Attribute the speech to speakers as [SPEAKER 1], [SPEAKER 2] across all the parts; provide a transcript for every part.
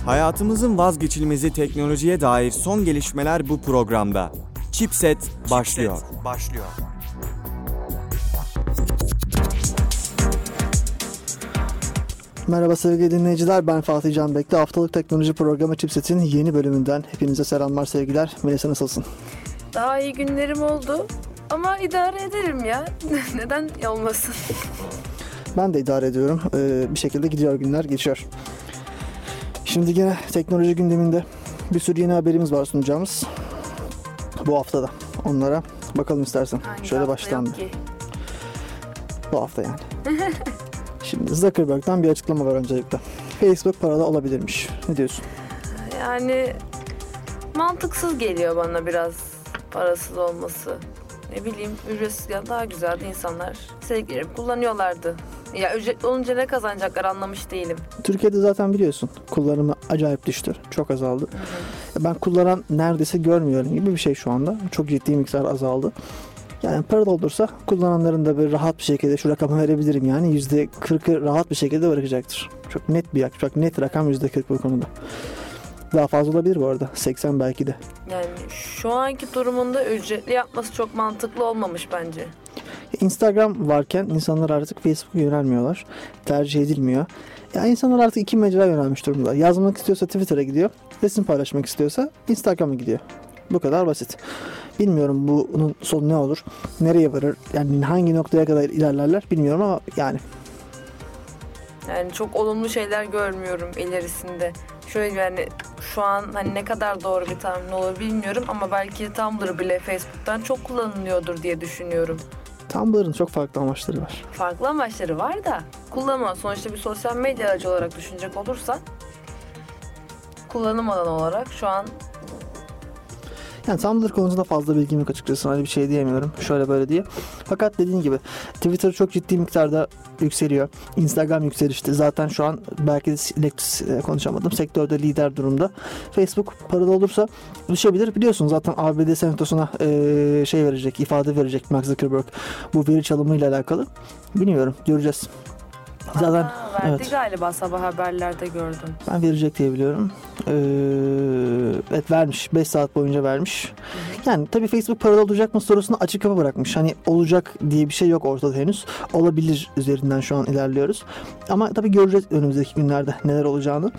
[SPEAKER 1] Hayatımızın vazgeçilmezi teknolojiye dair son gelişmeler bu programda. Chipset başlıyor.
[SPEAKER 2] Merhaba sevgili dinleyiciler, ben Fatih Can Bekli. Haftalık teknoloji programı Chipset'in yeni bölümünden hepinize selamlar, sevgiler. Melisa, nasılsın?
[SPEAKER 3] Daha iyi günlerim oldu ama idare ederim ya. Neden olmasın?
[SPEAKER 2] Ben de idare ediyorum. Bir şekilde gidiyor, günler geçiyor. Şimdi gene teknoloji gündeminde bir sürü yeni haberimiz var sunacağımız. Bu haftada. Onlara bakalım istersen.
[SPEAKER 3] Hangi
[SPEAKER 2] şöyle
[SPEAKER 3] hafta
[SPEAKER 2] baştan
[SPEAKER 3] yok ki?
[SPEAKER 2] Bu hafta yani. Şimdi Zuckerberg'den bir açıklama var öncelikle. Facebook paralı olabilirmiş. Ne diyorsun?
[SPEAKER 3] Yani mantıksız geliyor bana biraz parasız olması. Ne bileyim, ücretsizken daha güzeldi, insanlar sevgilerini kullanıyorlardı. Ya ücretli olunca ne kazanacaklar anlamış değilim.
[SPEAKER 2] Türkiye'de zaten biliyorsun kullanımı acayip düştü. Çok azaldı.
[SPEAKER 3] Hı-hı.
[SPEAKER 2] Ben kullanan neredeyse görmüyorum gibi bir şey şu anda. Çok ciddi miktar azaldı. Yani paralı olursa kullananların da bir rahat bir şekilde şu rakamı verebilirim yani %40'ı rahat bir şekilde bırakacaktır. Çok net rakam %40 bu konuda. Daha fazla olabilir bu arada. 80 belki de.
[SPEAKER 3] Yani şu anki durumunda ücretli yapması çok mantıklı olmamış bence.
[SPEAKER 2] Instagram varken insanlar artık Facebook'a yönelmiyorlar. Tercih edilmiyor. Yani insanlar artık iki mecra yönelmiş durumda. Yazmak istiyorsa Twitter'a gidiyor. Resim paylaşmak istiyorsa Instagram'a gidiyor. Bu kadar basit. Bilmiyorum bunun sonu ne olur? Nereye varır? Yani hangi noktaya kadar ilerlerler bilmiyorum ama yani.
[SPEAKER 3] Yani çok olumlu şeyler görmüyorum ilerisinde. Şöyle yani şu an hani ne kadar doğru bir tahmin olur bilmiyorum ama belki Tumblr bile Facebook'tan çok kullanılıyordur diye düşünüyorum.
[SPEAKER 2] Tumblr'ın çok farklı amaçları var.
[SPEAKER 3] Farklı amaçları var da kullanma. Sonuçta bir sosyal medya aracı olarak düşünecek olursa kullanım alanı olarak şu an.
[SPEAKER 2] Yani Tumblr konusunda fazla bilgim yok açıkçası. Hani bir şey diyemiyorum. Şöyle böyle diye. Fakat dediğin gibi Twitter çok ciddi miktarda yükseliyor. Instagram yükselişte. Zaten şu an belki de konuşamadım. Sektörde lider durumda. Facebook paralı olursa düşebilir. Biliyorsun zaten ABD senatosuna ifade verecek Mark Zuckerberg bu veri çalımıyla alakalı. Bilmiyorum. Göreceğiz.
[SPEAKER 3] Zaten verdi galiba, sabah haberlerde gördüm.
[SPEAKER 2] Ben verecek diye biliyorum. Evet, vermiş. 5 saat boyunca vermiş. Hı-hı. Yani tabii Facebook paralı olacak mı sorusunu açık kapı bırakmış. Hani olacak diye bir şey yok ortada henüz. Olabilir üzerinden şu an ilerliyoruz. Ama tabii göreceğiz önümüzdeki günlerde neler olacağını.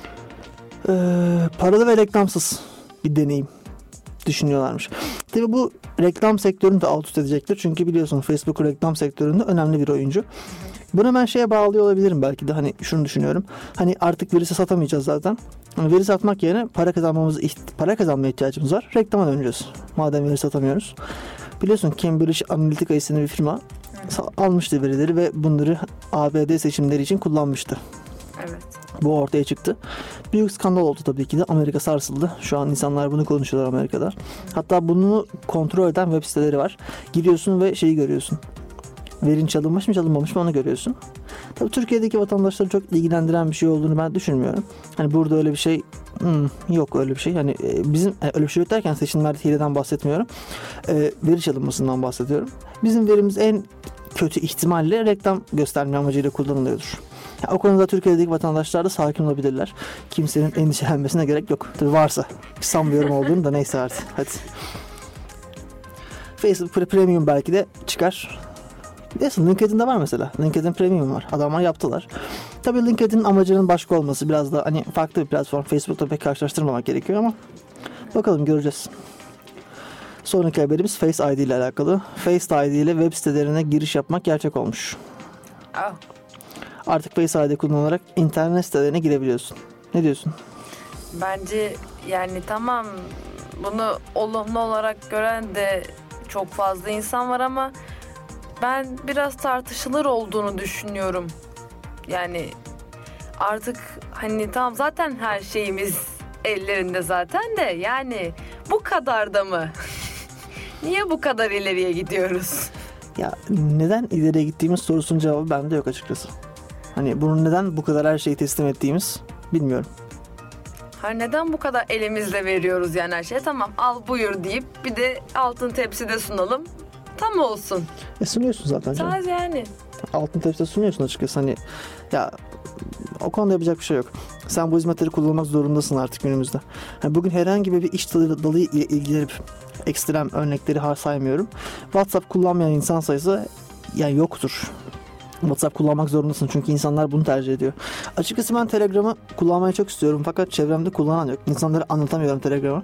[SPEAKER 2] Paralı ve reklamsız bir deneyim düşünüyorlarmış. Tabii bu reklam sektörünü de alt üst edecektir. Çünkü biliyorsun Facebook reklam sektöründe önemli bir oyuncu. Bunu ben şeye bağlıyor olabilirim belki de, hani şunu düşünüyorum. Hani artık verisi satamayacağız zaten. Yani veri satmak yerine para kazanmaya ihtiyacımız var. Reklama döneceğiz. Madem veri satamıyoruz. Biliyorsun Cambridge Analytica isimli bir firma almıştı verileri ve bunları ABD seçimleri için kullanmıştı.
[SPEAKER 3] Evet.
[SPEAKER 2] Bu ortaya çıktı. Büyük skandal oldu tabii ki de. Amerika sarsıldı. Şu an insanlar bunu konuşuyorlar Amerika'da. Hatta bunu kontrol eden web siteleri var. Giriyorsun ve şeyi görüyorsun. Verin çalınmış mı çalınmamış mı onu görüyorsun. Tabii Türkiye'deki vatandaşları çok ilgilendiren bir şey olduğunu ben düşünmüyorum. Hani burada öyle bir şey yok, öyle bir şey. Hani bizim öyle bir şey yok derken seçimlerde hileden bahsetmiyorum. Veri çalınmasından bahsediyorum. Bizim verimiz en kötü ihtimalle reklam gösterme amacıyla kullanılıyordur. Yani o konuda Türkiye'deki vatandaşlar da sakin olabilirler. Kimsenin endişelenmesine gerek yok. Tabii varsa. Sanmıyorum olduğunu da, neyse artık. Hadi. Facebook Premium belki de çıkar. Biliyorsun LinkedIn'de var mesela. LinkedIn Premium var. Adamlar yaptılar. Tabii LinkedIn'in amacının başka olması, biraz da hani farklı bir platform. Facebook'ta pek karşılaştırmamak gerekiyor ama bakalım, göreceğiz. Sonraki haberimiz Face ID ile alakalı. Face ID ile web sitelerine giriş yapmak gerçek olmuş.
[SPEAKER 3] Oh.
[SPEAKER 2] Artık Face ID kullanarak internet sitelerine girebiliyorsun. Ne diyorsun?
[SPEAKER 3] Bence yani tamam, bunu olumlu olarak gören de çok fazla insan var ama ben biraz tartışılır olduğunu düşünüyorum. Yani artık hani tamam, zaten her şeyimiz ellerinde zaten de yani bu kadar da mı? Niye bu kadar ileriye gidiyoruz?
[SPEAKER 2] Ya neden ileriye gittiğimiz sorusunun cevabı bende yok açıkçası. Hani bunun neden bu kadar her şeyi teslim ettiğimiz bilmiyorum.
[SPEAKER 3] Neden bu kadar elimizle veriyoruz yani her şeye? Tamam, al buyur deyip bir de altın tepside sunalım. Tam olsun.
[SPEAKER 2] Sunuyorsun zaten canım.
[SPEAKER 3] Sadece yani.
[SPEAKER 2] Altın tepside sunuyorsun açıkçası. Hani ya O konuda yapacak bir şey yok. Sen bu hizmetleri kullanmak zorundasın artık günümüzde. Yani bugün herhangi bir iş dalı ile ilgilenip ekstrem örnekleri saymıyorum. WhatsApp kullanmayan insan sayısı yani yoktur. WhatsApp kullanmak zorundasın çünkü insanlar bunu tercih ediyor. Açıkçası ben Telegram'ı kullanmayı çok istiyorum fakat çevremde kullanan yok. İnsanlara anlatamıyorum Telegram'ı.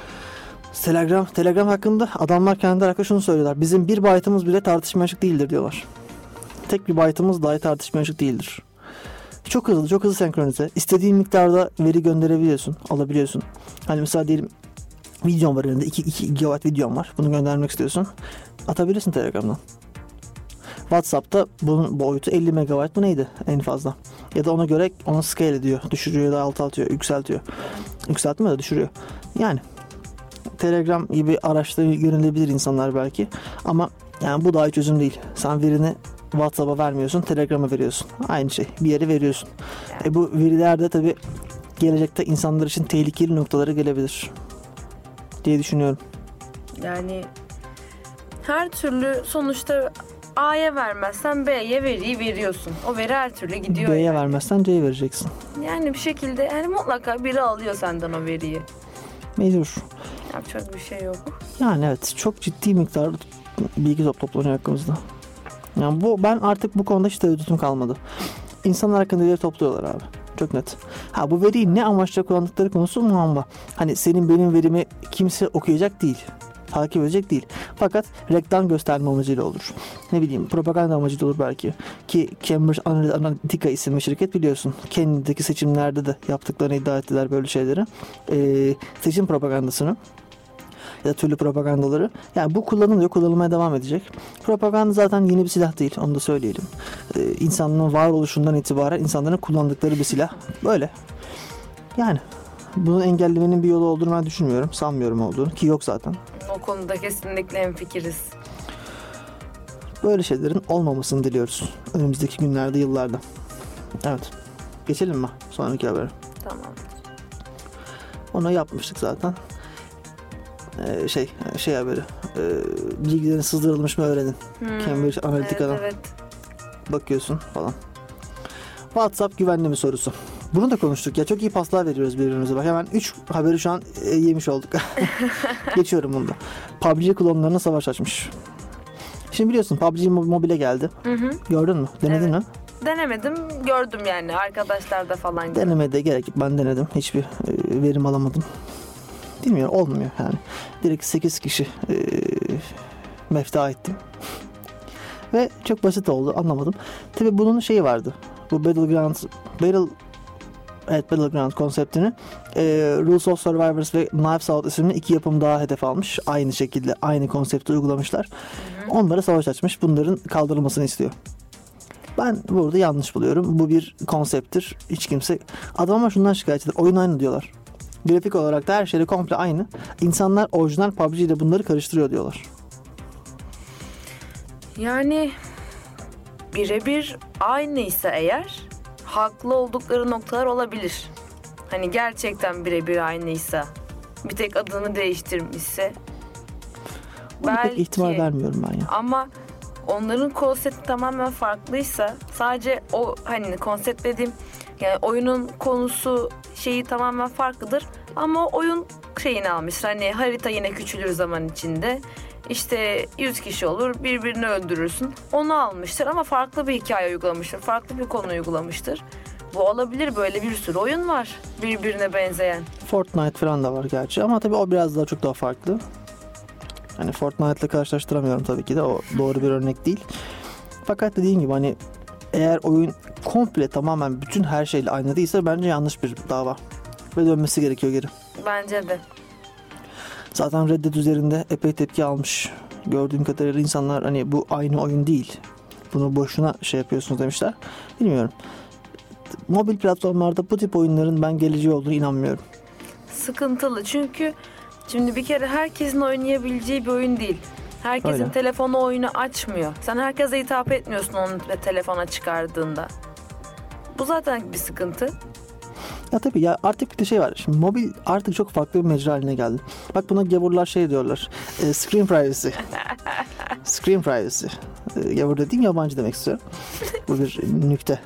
[SPEAKER 2] Telegram hakkında adamlar kendi hakkında şunu söylüyorlar. Bizim 1 byte'ımız bile tartışmaya açık değildir diyorlar. Tek bir byte'ımız dahi tartışmaya açık değildir. Çok hızlı senkronize. İstediğin miktarda veri gönderebiliyorsun, alabiliyorsun. Hani mesela diyelim videon var elinde, 2 GB videon var. Bunu göndermek istiyorsun. Atabilirsin Telegram'dan. WhatsApp'ta bunun boyutu 50 MB mı neydi en fazla? Ya da ona göre onu scale ediyor. Düşürüyor ya da alçaltıyor, yükseltiyor. Yükseltmiyor da düşürüyor. Yani Telegram gibi araçlara yönelebilir insanlar belki. Ama yani bu dahi çözüm değil. Sen verini WhatsApp'a vermiyorsun, Telegram'a veriyorsun. Aynı şey. Bir yere veriyorsun. Bu veriler de tabii gelecekte insanlar için tehlikeli noktalara gelebilir diye düşünüyorum.
[SPEAKER 3] Yani her türlü sonuçta A'ya vermezsen B'ye veriyi veriyorsun. O veri her türlü gidiyor.
[SPEAKER 2] B'ye vermezsen C'ye vereceksin.
[SPEAKER 3] Yani bir şekilde yani mutlaka biri alıyor senden o veriyi.
[SPEAKER 2] Mecbur.
[SPEAKER 3] Yapacak bir şey yok.
[SPEAKER 2] Yani evet, çok ciddi miktarda bilgi toplanıyor hakkımızda. Yani ben artık bu konuda hiç tereddütüm kalmadı. İnsanlar hakkında veri topluyorlar abi. Çok net. Bu veriyi ne amaçla kullandıkları konusu muamma. Hani senin benim verimi kimse okuyacak değil. Takip edecek değil. Fakat reklam gösterme amacıyla olur. Ne bileyim, propaganda amacıyla olur belki. Ki Cambridge Analytica isimli şirket biliyorsun. Kendindeki seçimlerde de yaptıklarını iddia ettiler böyle şeyleri. Seçim propagandasını ya da türlü propagandaları. Yani bu kullanılmaya devam edecek. Propaganda zaten yeni bir silah değil, onu da söyleyelim. İnsanlığın varoluşundan itibaren insanların kullandıkları bir silah. Böyle. Yani bunu engellemenin bir yolu olduğunu ben düşünmüyorum. Sanmıyorum olduğunu, ki yok zaten.
[SPEAKER 3] O konuda kesinlikle hemfikiriz.
[SPEAKER 2] Böyle şeylerin olmamasını diliyoruz önümüzdeki günlerde, yıllarda. Evet. Geçelim mi sonraki habere?
[SPEAKER 3] Tamam.
[SPEAKER 2] Onu yapmıştık zaten. Şey haberi. Bilgilerin sızdırılmış mı öğrenin. Cambridge Analytica'dan.
[SPEAKER 3] Evet.
[SPEAKER 2] Bakıyorsun falan. WhatsApp güvenli mi sorusu. Bunu da konuştuk ya. Çok iyi paslar veriyoruz birbirimize. Bak hemen 3 haberi şu an yemiş olduk. Geçiyorum bunu da. PUBG klonlarına savaş açmış. Şimdi biliyorsun PUBG mobile geldi.
[SPEAKER 3] Hı.
[SPEAKER 2] Gördün mü? Denedin mi?
[SPEAKER 3] Denemedim. Gördüm yani. Arkadaşlar da falan gördüm.
[SPEAKER 2] Denemeye de gerek yok. Ben denedim. Hiçbir verim alamadım. Bilmiyorum. Olmuyor yani. Direkt 8 kişi mefta ettim. Ve çok basit oldu. Anlamadım. Tabii bunun şeyi vardı. Bu Battleground konseptini Rules of Survivors ve Knives Out isimli 2 yapım daha hedef almış. Aynı şekilde aynı konsepti uygulamışlar. Onlara savaş açmış. Bunların kaldırılmasını istiyor. Ben burada yanlış buluyorum. Bu bir konsepttir. Hiç kimse... Adam ama şundan şikayet eder. Oyun aynı diyorlar. Grafik olarak da her şey komple aynı. İnsanlar orijinal PUBG ile bunları karıştırıyor diyorlar.
[SPEAKER 3] Yani birebir aynıysa eğer haklı oldukları noktalar olabilir. Hani gerçekten birebir aynıysa, bir tek adını değiştirmişse
[SPEAKER 2] Ona pek ihtimal vermiyorum ben ya.
[SPEAKER 3] Ama onların konsepti tamamen farklıysa, sadece o hani konsept dediğim yani oyunun konusu şeyi tamamen farklıdır ama oyun şeyini almış. Hani harita yine küçülür zaman içinde. İşte 100 kişi olur, birbirini öldürürsün. Onu almıştır ama farklı bir hikaye uygulamıştır. Farklı bir konu uygulamıştır. Bu olabilir, böyle bir sürü oyun var birbirine benzeyen.
[SPEAKER 2] Fortnite falan da var gerçi ama tabii o biraz daha çok daha farklı. Hani Fortnite'la karşılaştıramıyorum tabii ki de, o doğru bir örnek değil. Fakat dediğim gibi hani eğer oyun komple tamamen bütün her şeyle aynı değilse bence yanlış bir dava. Ve dönmesi gerekiyor geri.
[SPEAKER 3] Bence de.
[SPEAKER 2] Zaten Red Dead üzerinde epey tepki almış. Gördüğüm kadarıyla insanlar hani bu aynı oyun değil, bunu boşuna şey yapıyorsunuz demişler. Bilmiyorum. Mobil platformlarda bu tip oyunların ben geleceği olduğunu inanmıyorum.
[SPEAKER 3] Sıkıntılı çünkü şimdi bir kere herkesin oynayabileceği bir oyun değil. Herkesin
[SPEAKER 2] Öyle.
[SPEAKER 3] telefonu oyunu açmıyor. Sen herkese hitap etmiyorsun onu telefona çıkardığında. Bu zaten bir sıkıntı.
[SPEAKER 2] Ya tabii ya, artık bir de şey var. Şimdi mobil artık çok farklı bir mecra haline geldi. Bak buna gavurlar şey diyorlar. Screen privacy. Screen privacy. Gavur dediğim yabancı demek istiyorum. Bu bir nükte.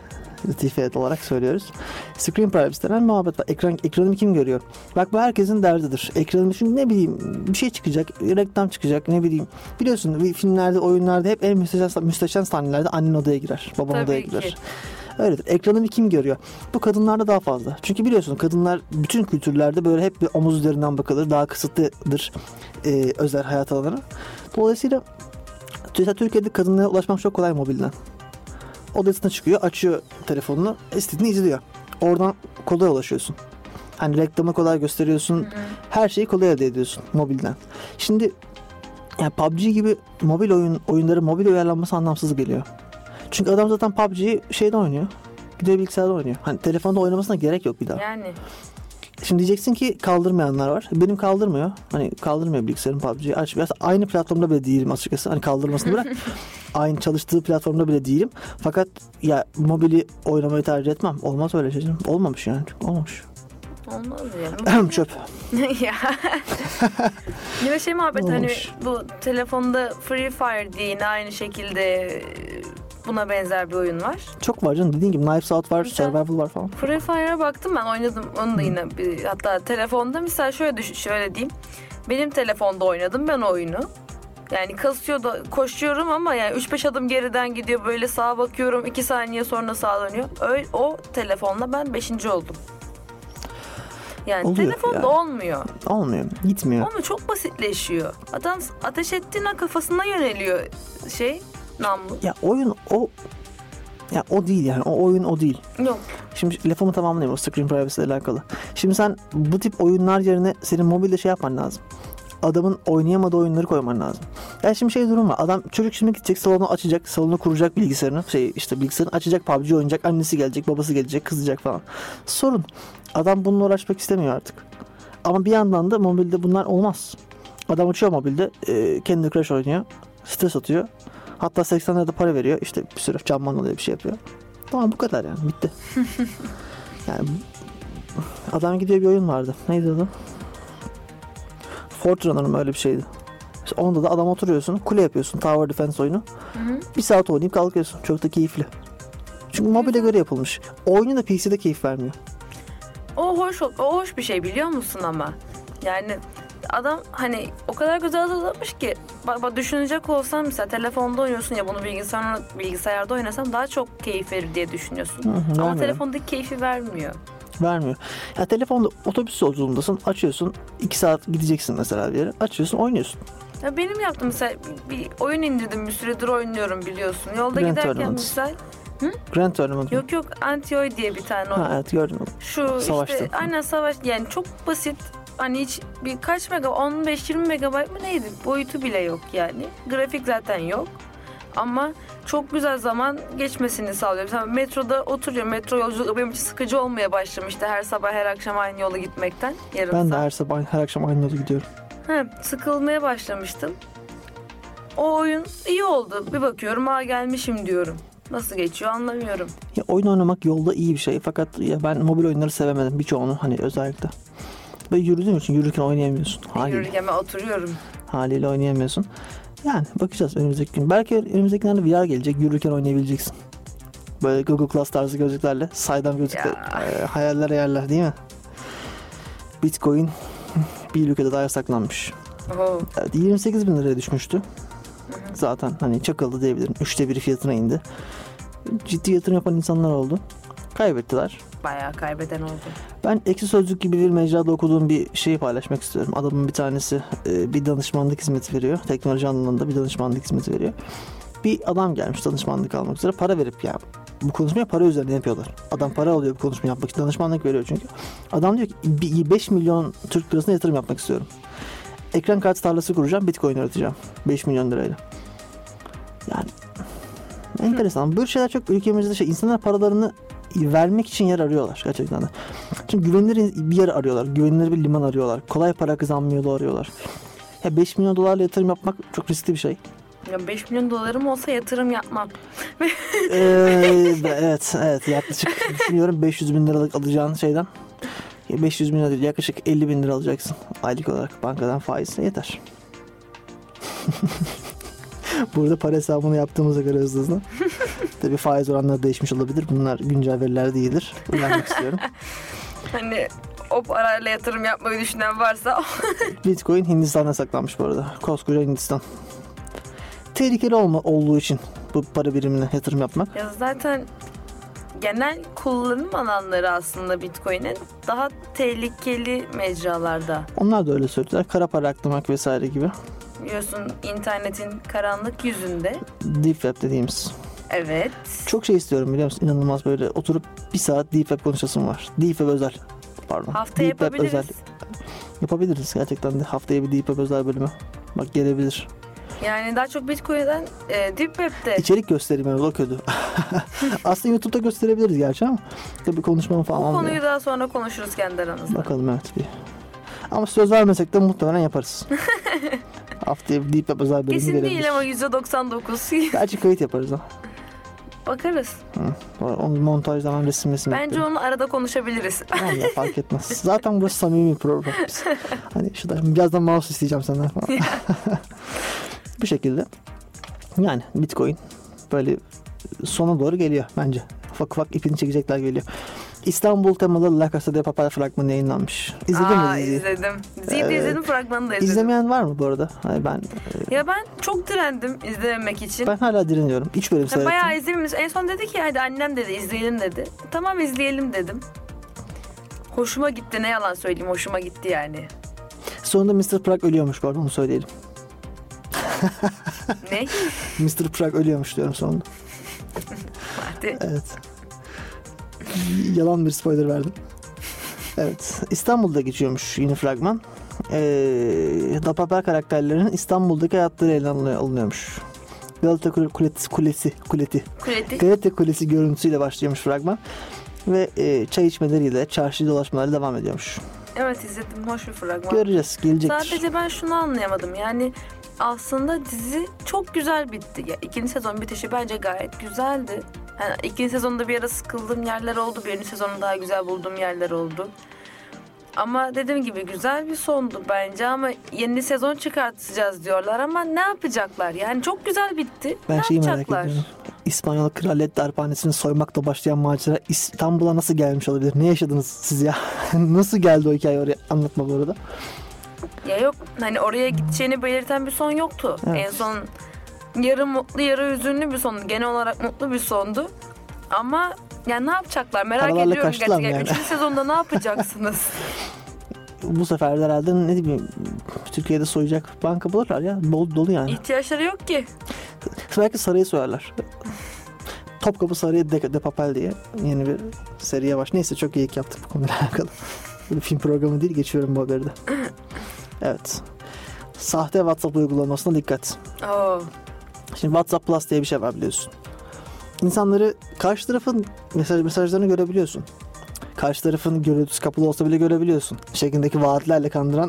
[SPEAKER 2] latife olarak söylüyoruz. Screen privacy denen muhabbet var. Ekranımı kim görüyor? Bak bu herkesin derdidir. Ekranımı çünkü ne bileyim bir şey çıkacak, reklam çıkacak, ne bileyim. Biliyorsun filmlerde, oyunlarda hep en müsteşen sahnelerde annen odaya girer, baban odaya girer. Öyledir. Ekranını kim görüyor? Bu kadınlarda daha fazla. Çünkü biliyorsun kadınlar bütün kültürlerde böyle hep bir omuz üzerinden bakılır. Daha kısıtlıdır özel hayat alanları. Dolayısıyla Türkiye'de kadınlara ulaşmak çok kolay mobilden. Odasına çıkıyor, açıyor telefonunu, istediğini izliyor. Oradan kolay ulaşıyorsun. Hani reklamı kolay gösteriyorsun. Her şeyi kolay elde ediyorsun mobilden. Şimdi yani PUBG gibi mobil oyunları mobil uyarlanması anlamsız geliyor. Çünkü adam zaten PUBG'yi şeyde oynuyor. Gidiyor bilgisayarda oynuyor. Hani telefonda oynamasına gerek yok bir daha.
[SPEAKER 3] Yani.
[SPEAKER 2] Şimdi diyeceksin ki kaldırmayanlar var. Benim kaldırmıyor. Hani kaldırmıyor bilgisayarın PUBG'yi. Aynı platformda bile değilim açıkçası. Hani kaldırmasını bırak. Aynı çalıştığı platformda bile değilim. Fakat ya mobili oynamayı tercih etmem. Olmaz öyle şey. Olmamış yani. Olmamış.
[SPEAKER 3] Olmaz yani.
[SPEAKER 2] Çöp.
[SPEAKER 3] Ya. Yine şey muhabbet hani
[SPEAKER 2] Olmuş.
[SPEAKER 3] bu telefonda Free Fire diye yine aynı şekilde buna benzer bir oyun var.
[SPEAKER 2] Çok var canım. Dediğin gibi Knives Out var,
[SPEAKER 3] Mesela
[SPEAKER 2] Survival var falan.
[SPEAKER 3] Free Fire'a baktım ben oynadım onu da yine hatta telefonda mesela şöyle diyeyim. Benim telefonda oynadım ben oyunu. Yani kasıyor da koşuyorum ama yani 3-5 adım geriden gidiyor böyle sağa bakıyorum 2 saniye sonra sağa dönüyor. O telefonla ben 5. oldum. Yani
[SPEAKER 2] Oluyor
[SPEAKER 3] telefonda
[SPEAKER 2] yani.
[SPEAKER 3] Olmuyor.
[SPEAKER 2] Olmuyor. Gitmiyor.
[SPEAKER 3] Ama çok basitleşiyor. Adam ateş ettiğinde kafasına yöneliyor namlu.
[SPEAKER 2] Ya oyun o ya o değil yani. O oyun o değil.
[SPEAKER 3] Yok.
[SPEAKER 2] Şimdi lafımı tamamlayayım o screen privacy ile alakalı. Şimdi sen bu tip oyunlar yerine senin mobilde şey yapman lazım. Adamın oynayamadığı oyunları koyman lazım. Yani şimdi durum var. Adam çocuk şimdi gidecek salonu açacak, salonu kuracak bilgisayarını. Bilgisayarını açacak, PUBG oynayacak, annesi gelecek, babası gelecek, kızacak falan. Sorun. Adam bununla uğraşmak istemiyor artık. Ama bir yandan da mobilde bunlar olmaz. Adam uçuyor mobilde, Candy Crush oynuyor, stres atıyor. Hatta 80 lira da para veriyor. İşte bir sürü camman oluyor bir şey yapıyor. Tamam bu kadar yani. Bitti. Yani adam gidiyor bir oyun vardı. Neydi adı? Fortrunner mı öyle bir şeydi. İşte onda da adam oturuyorsun. Kule yapıyorsun. Tower Defense oyunu.
[SPEAKER 3] Hı-hı.
[SPEAKER 2] Bir saat oynayıp kalkıyorsun. Çok da keyifli. Çünkü mobile göre yapılmış. Oyunu da PC'de keyif vermiyor.
[SPEAKER 3] O hoş bir şey biliyor musun ama. Yani adam hani o kadar güzel hazırlamış ki bak düşünecek olsam mesela telefonda oynuyorsun ya bunu bilgisayarda oynasan daha çok keyif verir diye düşünüyorsun. Ama
[SPEAKER 2] Vermiyor.
[SPEAKER 3] telefondaki keyfi vermiyor.
[SPEAKER 2] Vermiyor. Ya telefonda otobüs yolculuğundasın. Açıyorsun. 2 saat gideceksin mesela bir yere. Açıyorsun oynuyorsun.
[SPEAKER 3] Ya benim yaptığım mesela bir oyun indirdim bir süredir oynuyorum biliyorsun. Yolda
[SPEAKER 2] Grand
[SPEAKER 3] giderken
[SPEAKER 2] Tournament.
[SPEAKER 3] mesela
[SPEAKER 2] Grand Tournament mı?
[SPEAKER 3] yok Antioy diye bir tane oyun.
[SPEAKER 2] Ha evet gördüm.
[SPEAKER 3] Şu
[SPEAKER 2] Savaşta.
[SPEAKER 3] işte aynen savaş yani çok basit. Hani hiç birkaç 15-20 megabayt mı neydi? Boyutu bile yok yani. Grafik zaten yok. Ama çok güzel zaman geçmesini sağlıyor. Mesela metroda oturuyor. Metro yolculuğu benim için sıkıcı olmaya başlamıştı. Her sabah her akşam aynı yola gitmekten.
[SPEAKER 2] Ben de her sabah her akşam aynı yolda gidiyorum.
[SPEAKER 3] Sıkılmaya başlamıştım. O oyun iyi oldu. Bir bakıyorum gelmişim diyorum. Nasıl geçiyor anlamıyorum.
[SPEAKER 2] Ya oyun oynamak yolda iyi bir şey. Fakat ya ben mobil oyunları sevemedim. Birçoğunu hani özellikle. Böyle yürüdüğüm için yürürken oynayamıyorsun.
[SPEAKER 3] Yürürken ben oturuyorum.
[SPEAKER 2] Haliyle oynayamıyorsun. Yani bakacağız önümüzdeki gün. Belki önümüzdeki günlerde VR gelecek. Yürürken oynayabileceksin. Böyle Google Glass tarzı gözlüklerle. Saydam gözlükler. Hayaller yerler değil mi? Bitcoin bir ülkede daha yasaklanmış.
[SPEAKER 3] Oho.
[SPEAKER 2] Evet, 28 bin liraya düşmüştü. Zaten hani çakıldı diyebilirim. 1/3 fiyatına indi. Ciddi yatırım yapan insanlar oldu. Kaybettiler.
[SPEAKER 3] Bayağı kaybeden oldu.
[SPEAKER 2] Ben Ekşi Sözlük gibi bir mecrada okuduğum bir şeyi paylaşmak istiyorum. Adamın bir tanesi bir danışmanlık hizmeti veriyor. Teknoloji alanında bir danışmanlık hizmeti veriyor. Bir adam gelmiş danışmanlık almak üzere. Para verip ya bu konuşmayı para üzerine yapıyorlar. Adam para alıyor bu konuşmayı yapmak için. Danışmanlık veriyor çünkü. Adam diyor ki 5 milyon Türk lirasına yatırım yapmak istiyorum. Ekran kartı tarlası kuracağım. Bitcoin üreteceğim. 5 milyon lirayla. Yani enteresan. Böyle şeyler çok ülkemizde insanlar paralarını vermek için yer arıyorlar gerçekten de. Çünkü güvenilir bir yer arıyorlar. Güvenilir bir liman arıyorlar. Kolay para kazanma yolu arıyorlar. Ya 5 milyon dolarla yatırım yapmak çok riskli bir şey.
[SPEAKER 3] Ya 5 milyon dolarım olsa yatırım yapmam.
[SPEAKER 2] Evet yaklaşık düşünüyorum 500 bin liralık alacağın şeyden 500 bin lira değil yaklaşık 50 bin lira alacaksın aylık olarak bankadan faizle yeter. Burada para hesabını yaptığımıza göre hızlı Tabii faiz oranları değişmiş olabilir. Bunlar güncel veriler değildir. Uyarmak istiyorum.
[SPEAKER 3] Hani o parayla yatırım yapmayı düşünen varsa
[SPEAKER 2] Bitcoin Hindistan'da saklanmış bu arada. Koskoca Hindistan. Tehlikeli olduğu için bu para birimine yatırım yapmak.
[SPEAKER 3] ya zaten genel kullanım alanları aslında Bitcoin'in daha tehlikeli mecralarda.
[SPEAKER 2] Onlar da öyle söylediler. Kara para aklamak vesaire gibi.
[SPEAKER 3] Biliyorsun internetin karanlık yüzünde.
[SPEAKER 2] Deep Web dediğimiz.
[SPEAKER 3] Evet.
[SPEAKER 2] Çok şey istiyorum biliyor musun? İnanılmaz böyle oturup bir saat Deep Web konuşasım var. Deep Web özel. Pardon.
[SPEAKER 3] Haftaya
[SPEAKER 2] Deep Web
[SPEAKER 3] yapabiliriz.
[SPEAKER 2] özel. Yapabiliriz gerçekten de. Haftaya bir Deep Web özel bölümü. Bak gelebilir.
[SPEAKER 3] Yani daha çok Bitcoin'den Deep Web'de.
[SPEAKER 2] İçerik göstereyim yani o kötü. Aslında YouTube'da gösterebiliriz gerçi ama tabii konuşmamı falan
[SPEAKER 3] Bu
[SPEAKER 2] olmuyor.
[SPEAKER 3] konuyu daha sonra konuşuruz kendi aramızda.
[SPEAKER 2] Bakalım evet bir. Ama söz vermesek de muhtemelen yaparız. Haftaya bir Deep Web özel bölümü
[SPEAKER 3] Kesin
[SPEAKER 2] gelebilir.
[SPEAKER 3] değil ama %99.
[SPEAKER 2] Gerçi kayıt yaparız ha.
[SPEAKER 3] Bakarız.
[SPEAKER 2] Onu montajlanan resim
[SPEAKER 3] Bence
[SPEAKER 2] ekleyelim.
[SPEAKER 3] onu arada konuşabiliriz.
[SPEAKER 2] Tamam ya fark etmez. Zaten burası samimi bir program. Hani birazdan mouse isteyeceğim senden falan. Bu şekilde. Yani Bitcoin böyle sona doğru geliyor bence. Ufak ufak ipini çekecekler geliyor. İstanbul temalı La Casa de Papel fragmanı yayınlanmış. İzledin mi diziyi?
[SPEAKER 3] İzledim. Diziyi de izledim, fragmanını da izledim.
[SPEAKER 2] İzlemeyen var mı bu arada? Hayır, ben
[SPEAKER 3] çok direndim izlememek için.
[SPEAKER 2] ben hala direniyorum. 3 bölüm seyrettim.
[SPEAKER 3] Bayağı izlemiş. En son dedi ki hadi annem dedi izleyelim dedi. Tamam izleyelim dedim. Hoşuma gitti, ne yalan söyleyeyim, hoşuma gitti yani.
[SPEAKER 2] Sonunda Mr. Prag ölüyormuş bu arada, onu söyleyelim.
[SPEAKER 3] Ne?
[SPEAKER 2] Mr. Prag ölüyormuş diyorum sonunda.
[SPEAKER 3] Hadi.
[SPEAKER 2] Evet. Yalan bir spoiler verdim. Evet. İstanbul'da geçiyormuş yine fragman. Da Papel karakterlerinin İstanbul'daki hayatları ele alınıyormuş. Galata Kulesi. Galata Kulesi görüntüsüyle başlıyormuş fragman. Ve çay içmeleriyle, çarşı dolaşmaları devam ediyormuş.
[SPEAKER 3] Evet izledim, hoş bir fragman.
[SPEAKER 2] Göreceğiz, gelecektir.
[SPEAKER 3] Sadece ben şunu anlayamadım yani aslında dizi çok güzel bitti. Ya, ikinci sezon bitişi bence gayet güzeldi. Yani ikinci sezonda bir ara sıkıldığım yerler oldu. Birinci sezonu daha güzel bulduğum yerler oldu. Ama dediğim gibi güzel bir sondu bence ama yeni sezon çıkartacağız diyorlar ama ne yapacaklar? Yani çok güzel bitti.
[SPEAKER 2] Ben
[SPEAKER 3] ne
[SPEAKER 2] şeyi merak
[SPEAKER 3] yapacaklar?
[SPEAKER 2] ediyorum. İspanyol Kraliyet Darphanesi'ni soymakla başlayan macera İstanbul'a nasıl gelmiş olabilir? Ne yaşadınız siz ya? Nasıl geldi o hikaye oraya? Anlatma bu arada.
[SPEAKER 3] Ya yok hani oraya gideceğini belirten bir son yoktu.
[SPEAKER 2] Evet.
[SPEAKER 3] En son yarı mutlu yarı hüzünlü bir sondu. Genel olarak mutlu bir sondu. Ama ya ne yapacaklar merak
[SPEAKER 2] Paralarla
[SPEAKER 3] ediyorum
[SPEAKER 2] kaçtılar mı
[SPEAKER 3] gerçekten.
[SPEAKER 2] yani?
[SPEAKER 3] Üçüncü sezonda ne yapacaksınız?
[SPEAKER 2] Bu sefer de herhalde ne bileyim Türkiye'de soyacak banka bulurlar ya. Dolu yani.
[SPEAKER 3] İhtiyaçları yok ki.
[SPEAKER 2] Belki Saray'ı soyarlar. Topkapı Sarayı de Papel diye yeni bir seriye baş. Neyse çok geyik yaptık bu konuyla alakalı. Bir film programı değil, geçiyorum bu haberi de. Evet. Sahte WhatsApp uygulamasına dikkat.
[SPEAKER 3] Oo.
[SPEAKER 2] Şimdi WhatsApp Plus diye bir şey var biliyorsun. İnsanları karşı tarafın mesajlarını görebiliyorsun. Karşı tarafın görüntüsü kapalı olsa bile görebiliyorsun. Şeklindeki vaatlerle kandıran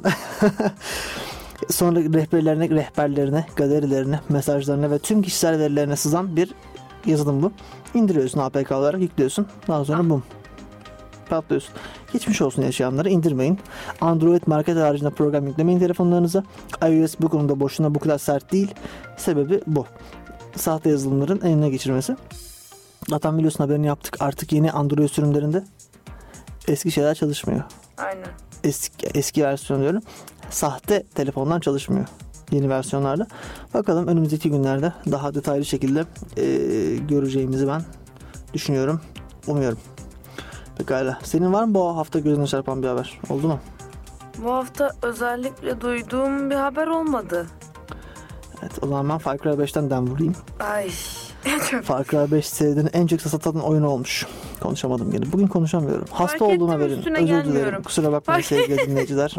[SPEAKER 2] sonra rehberlerine, galerilerine, mesajlarına ve tüm kişisel verilerine sızan bir yazılım bu. İndiriyorsun APK olarak, yüklüyorsun. Daha sonra bum. Patlıyorsun. Geçmiş olsun yaşayanları, indirmeyin. Android market haricinde program yüklemeyin telefonlarınıza. iOS bu konuda boşuna bu kadar sert değil. Sebebi bu. Sahte yazılımların eline geçirmesi. Zaten biliyorsun, haberini yaptık. Artık yeni Android sürümlerinde eski şeyler çalışmıyor.
[SPEAKER 3] Aynen.
[SPEAKER 2] Eski versiyon diyorum. Sahte telefondan çalışmıyor. Yeni versiyonlarda. Bakalım önümüzdeki günlerde daha detaylı şekilde göreceğimizi ben düşünüyorum. Umuyorum. Pekala. Senin var mı bu hafta gözüne çarpan bir haber? Oldu mu?
[SPEAKER 3] Bu hafta özellikle duyduğum bir haber olmadı.
[SPEAKER 2] Evet, o zaman ben Far Cry 5'ten dem vurayım.
[SPEAKER 3] Ay.
[SPEAKER 2] Far Cry 5 serinin en çok satan oyunu olmuş. Konuşamadım gene. Bugün konuşamıyorum. Hasta olduğum haberin.
[SPEAKER 3] üstüne
[SPEAKER 2] Özür dilerim.
[SPEAKER 3] gelmiyorum.
[SPEAKER 2] Kusura bakmayın sevgili dinleyiciler.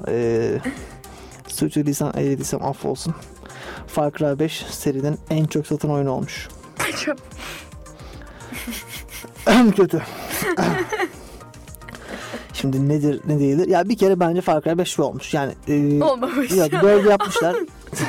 [SPEAKER 2] Suçluysam eğlediysem affolsun. Far Cry 5 serinin en çok satan oyunu olmuş. En kötü. Şimdi nedir ne değildir? Ya bir kere bence Far Cry 5 şu olmuş. Yani
[SPEAKER 3] Olmamış.
[SPEAKER 2] ya 4'ü yapmışlar.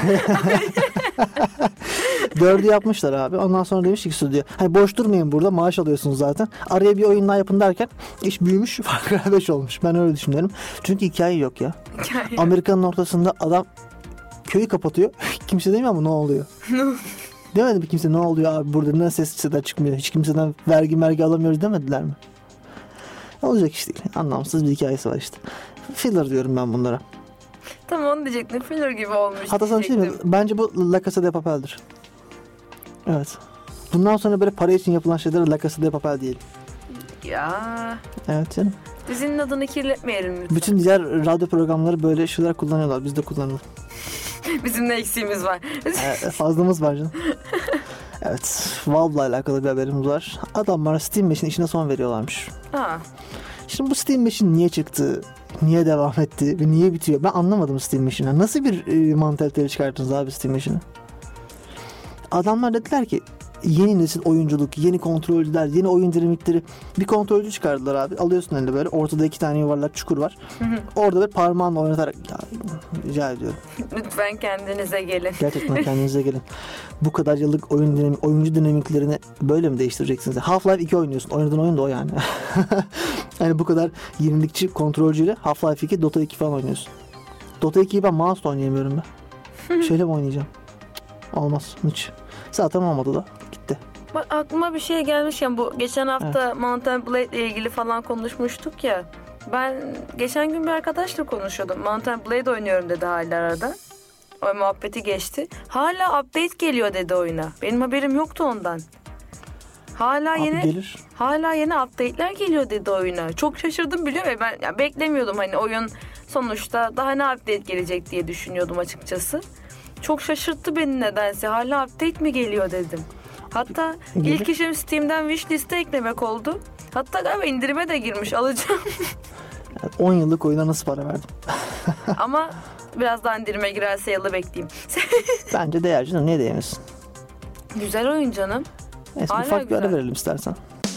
[SPEAKER 2] 4'ü yapmışlar abi. Ondan sonra demiş ki stüdyo, hani boş durmayın burada, maaş alıyorsunuz zaten. Araya bir oyun daha yapın derken iş büyümüş, Far Cry 5 olmuş. Ben öyle düşünüyorum. Çünkü hikaye yok ya. Amerika'nın ortasında adam köyü kapatıyor. Kimse demiyor ama ne oluyor? Demedi mi kimse ne oluyor abi burada neden ses çıkmıyor? Hiç kimseden vergi alamıyoruz demediler mi? Olacak iş değil. Anlamsız bir hikayesi var işte. Filler diyorum ben bunlara.
[SPEAKER 3] Tamam onu diyecektim. Filler gibi olmuş
[SPEAKER 2] Hatta sana şey mi? Bence bu La Casa de Papel'dir. Evet. Bundan sonra böyle para için yapılan şeylere La Casa de Papel diyelim.
[SPEAKER 3] Ya.
[SPEAKER 2] Evet canım.
[SPEAKER 3] Dizinin adını kirletmeyelim lütfen.
[SPEAKER 2] Bütün diğer radyo programları böyle şeyler kullanıyorlar. Biz de kullanalım.
[SPEAKER 3] Bizim ne eksiğimiz var?
[SPEAKER 2] Fazlamız var canım. Evet. Valve'la alakalı bir haberimiz var. Adamlar Steam Mesh'in işine son veriyorlarmış.
[SPEAKER 3] Ha.
[SPEAKER 2] Şimdi bu Steam Mesh'in niye çıktı? Niye devam etti? Ve niye bitiyor? Ben anlamadım Steam Mesh'ini. Nasıl bir mantaliteye çıkarttınız abi Steam Mesh'ini? Adamlar dediler ki yeni nesil oyunculuk, yeni kontrolcüler, yeni oyun dinamikleri. Bir kontrolcü çıkardılar abi. Alıyorsun elinde böyle. Ortada 2 tane yuvarlak çukur var. Orada böyle parmağınla oynatarak ya, rica ediyorum.
[SPEAKER 3] Lütfen kendinize gelin.
[SPEAKER 2] Gerçekten kendinize gelin. Bu kadar yıllık oyuncu dinamiklerini böyle mi değiştireceksiniz? Half-Life 2 oynuyorsun. Oynadığın oyun da o yani. Yani bu kadar yenilikçi kontrolcüyle Half-Life 2, Dota 2 falan oynuyorsun. Dota 2'yi ben mouse'la oynayamıyorum ben. Şöyle mi oynayacağım? Olmaz hiç. Zaten olmadı da. Gitti.
[SPEAKER 3] Bak aklıma bir şey gelmişken bu geçen hafta Mount & Blade ile ilgili falan konuşmuştuk ya. Ben geçen gün bir arkadaşla konuşuyordum. Mount & Blade oynuyorum dedi hala arada. O muhabbeti geçti. Hala update geliyor dedi oyuna. Benim haberim yoktu ondan. Hala yeni update'ler geliyor dedi oyuna. Çok şaşırdım biliyor musun? Ben yani beklemiyordum hani oyun sonuçta daha ne update gelecek diye düşünüyordum açıkçası. Çok şaşırttı beni nedense. Hala update mi geliyor dedim. Hatta ilk işim Steam'den wishlist'e eklemek oldu. Hatta galiba indirime de girmiş alacağım.
[SPEAKER 2] 10 yıllık oyuna nasıl para verdim?
[SPEAKER 3] Ama biraz daha indirime girerse yalı bekleyeyim.
[SPEAKER 2] Bence değer canım. Niye değmesin?
[SPEAKER 3] Güzel oyun canım.
[SPEAKER 2] Neyse ufak bir ara verelim istersen.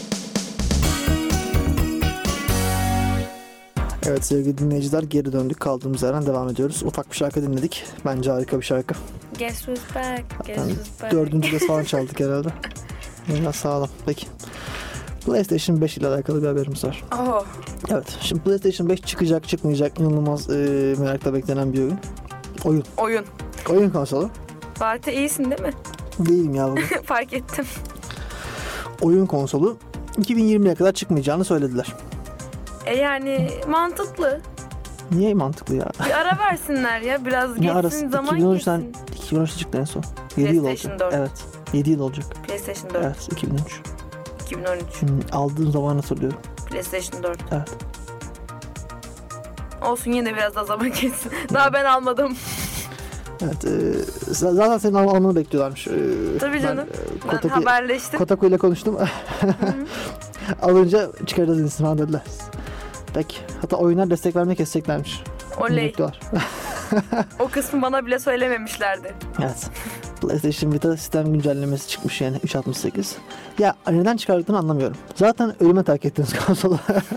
[SPEAKER 2] Evet sevgili dinleyiciler geri döndük. Kaldığımız yerden devam ediyoruz. Ufak bir şarkı dinledik. Bence harika bir şarkı.
[SPEAKER 3] Guess who's back? Guess who's back?
[SPEAKER 2] 4. kez falan çaldık herhalde. Biraz sağlam. Peki. PlayStation 5 ile alakalı bir haberimiz var.
[SPEAKER 3] Oh.
[SPEAKER 2] Evet. Şimdi PlayStation 5 çıkacak çıkmayacak inanılmaz merakla beklenen bir oyun. Oyun konsolu.
[SPEAKER 3] Fatih iyisin değil mi?
[SPEAKER 2] Değilim ya bugün.
[SPEAKER 3] Fark ettim.
[SPEAKER 2] Oyun konsolu 2020'ye kadar çıkmayacağını söylediler.
[SPEAKER 3] Yani mantıklı.
[SPEAKER 2] Niye mantıklı ya?
[SPEAKER 3] Bir ara versinler ya. Biraz
[SPEAKER 2] ne
[SPEAKER 3] geçsin
[SPEAKER 2] arası?
[SPEAKER 3] zaman
[SPEAKER 2] 2013'ten,
[SPEAKER 3] geçsin.
[SPEAKER 2] 2013'te çıktı en son. 7 yıl olacak.
[SPEAKER 3] 4.
[SPEAKER 2] Evet. 7 yıl olacak.
[SPEAKER 3] PlayStation 4.
[SPEAKER 2] Evet 2013.
[SPEAKER 3] 2013.
[SPEAKER 2] Aldığım zaman hatırlıyorum.
[SPEAKER 3] PlayStation 4.
[SPEAKER 2] Evet.
[SPEAKER 3] Olsun yine de biraz daha zaman geçsin. Daha ben almadım.
[SPEAKER 2] Evet. Zaten senin almanı bekliyorlarmış.
[SPEAKER 3] Tabii canım. Ben haberleştim.
[SPEAKER 2] Kotaku ile konuştum. Alınca çıkaracağız insin falan dediler. Peki. Hatta oyunlar destek vermeye keseceklermiş.
[SPEAKER 3] Oley. O kısmı bana bile söylememişlerdi.
[SPEAKER 2] Evet. PlayStation Vita sistem güncellemesi çıkmış yani 3.68. Ya neden çıkardıklarını anlamıyorum. Zaten ölüme terk ettiniz konsolu.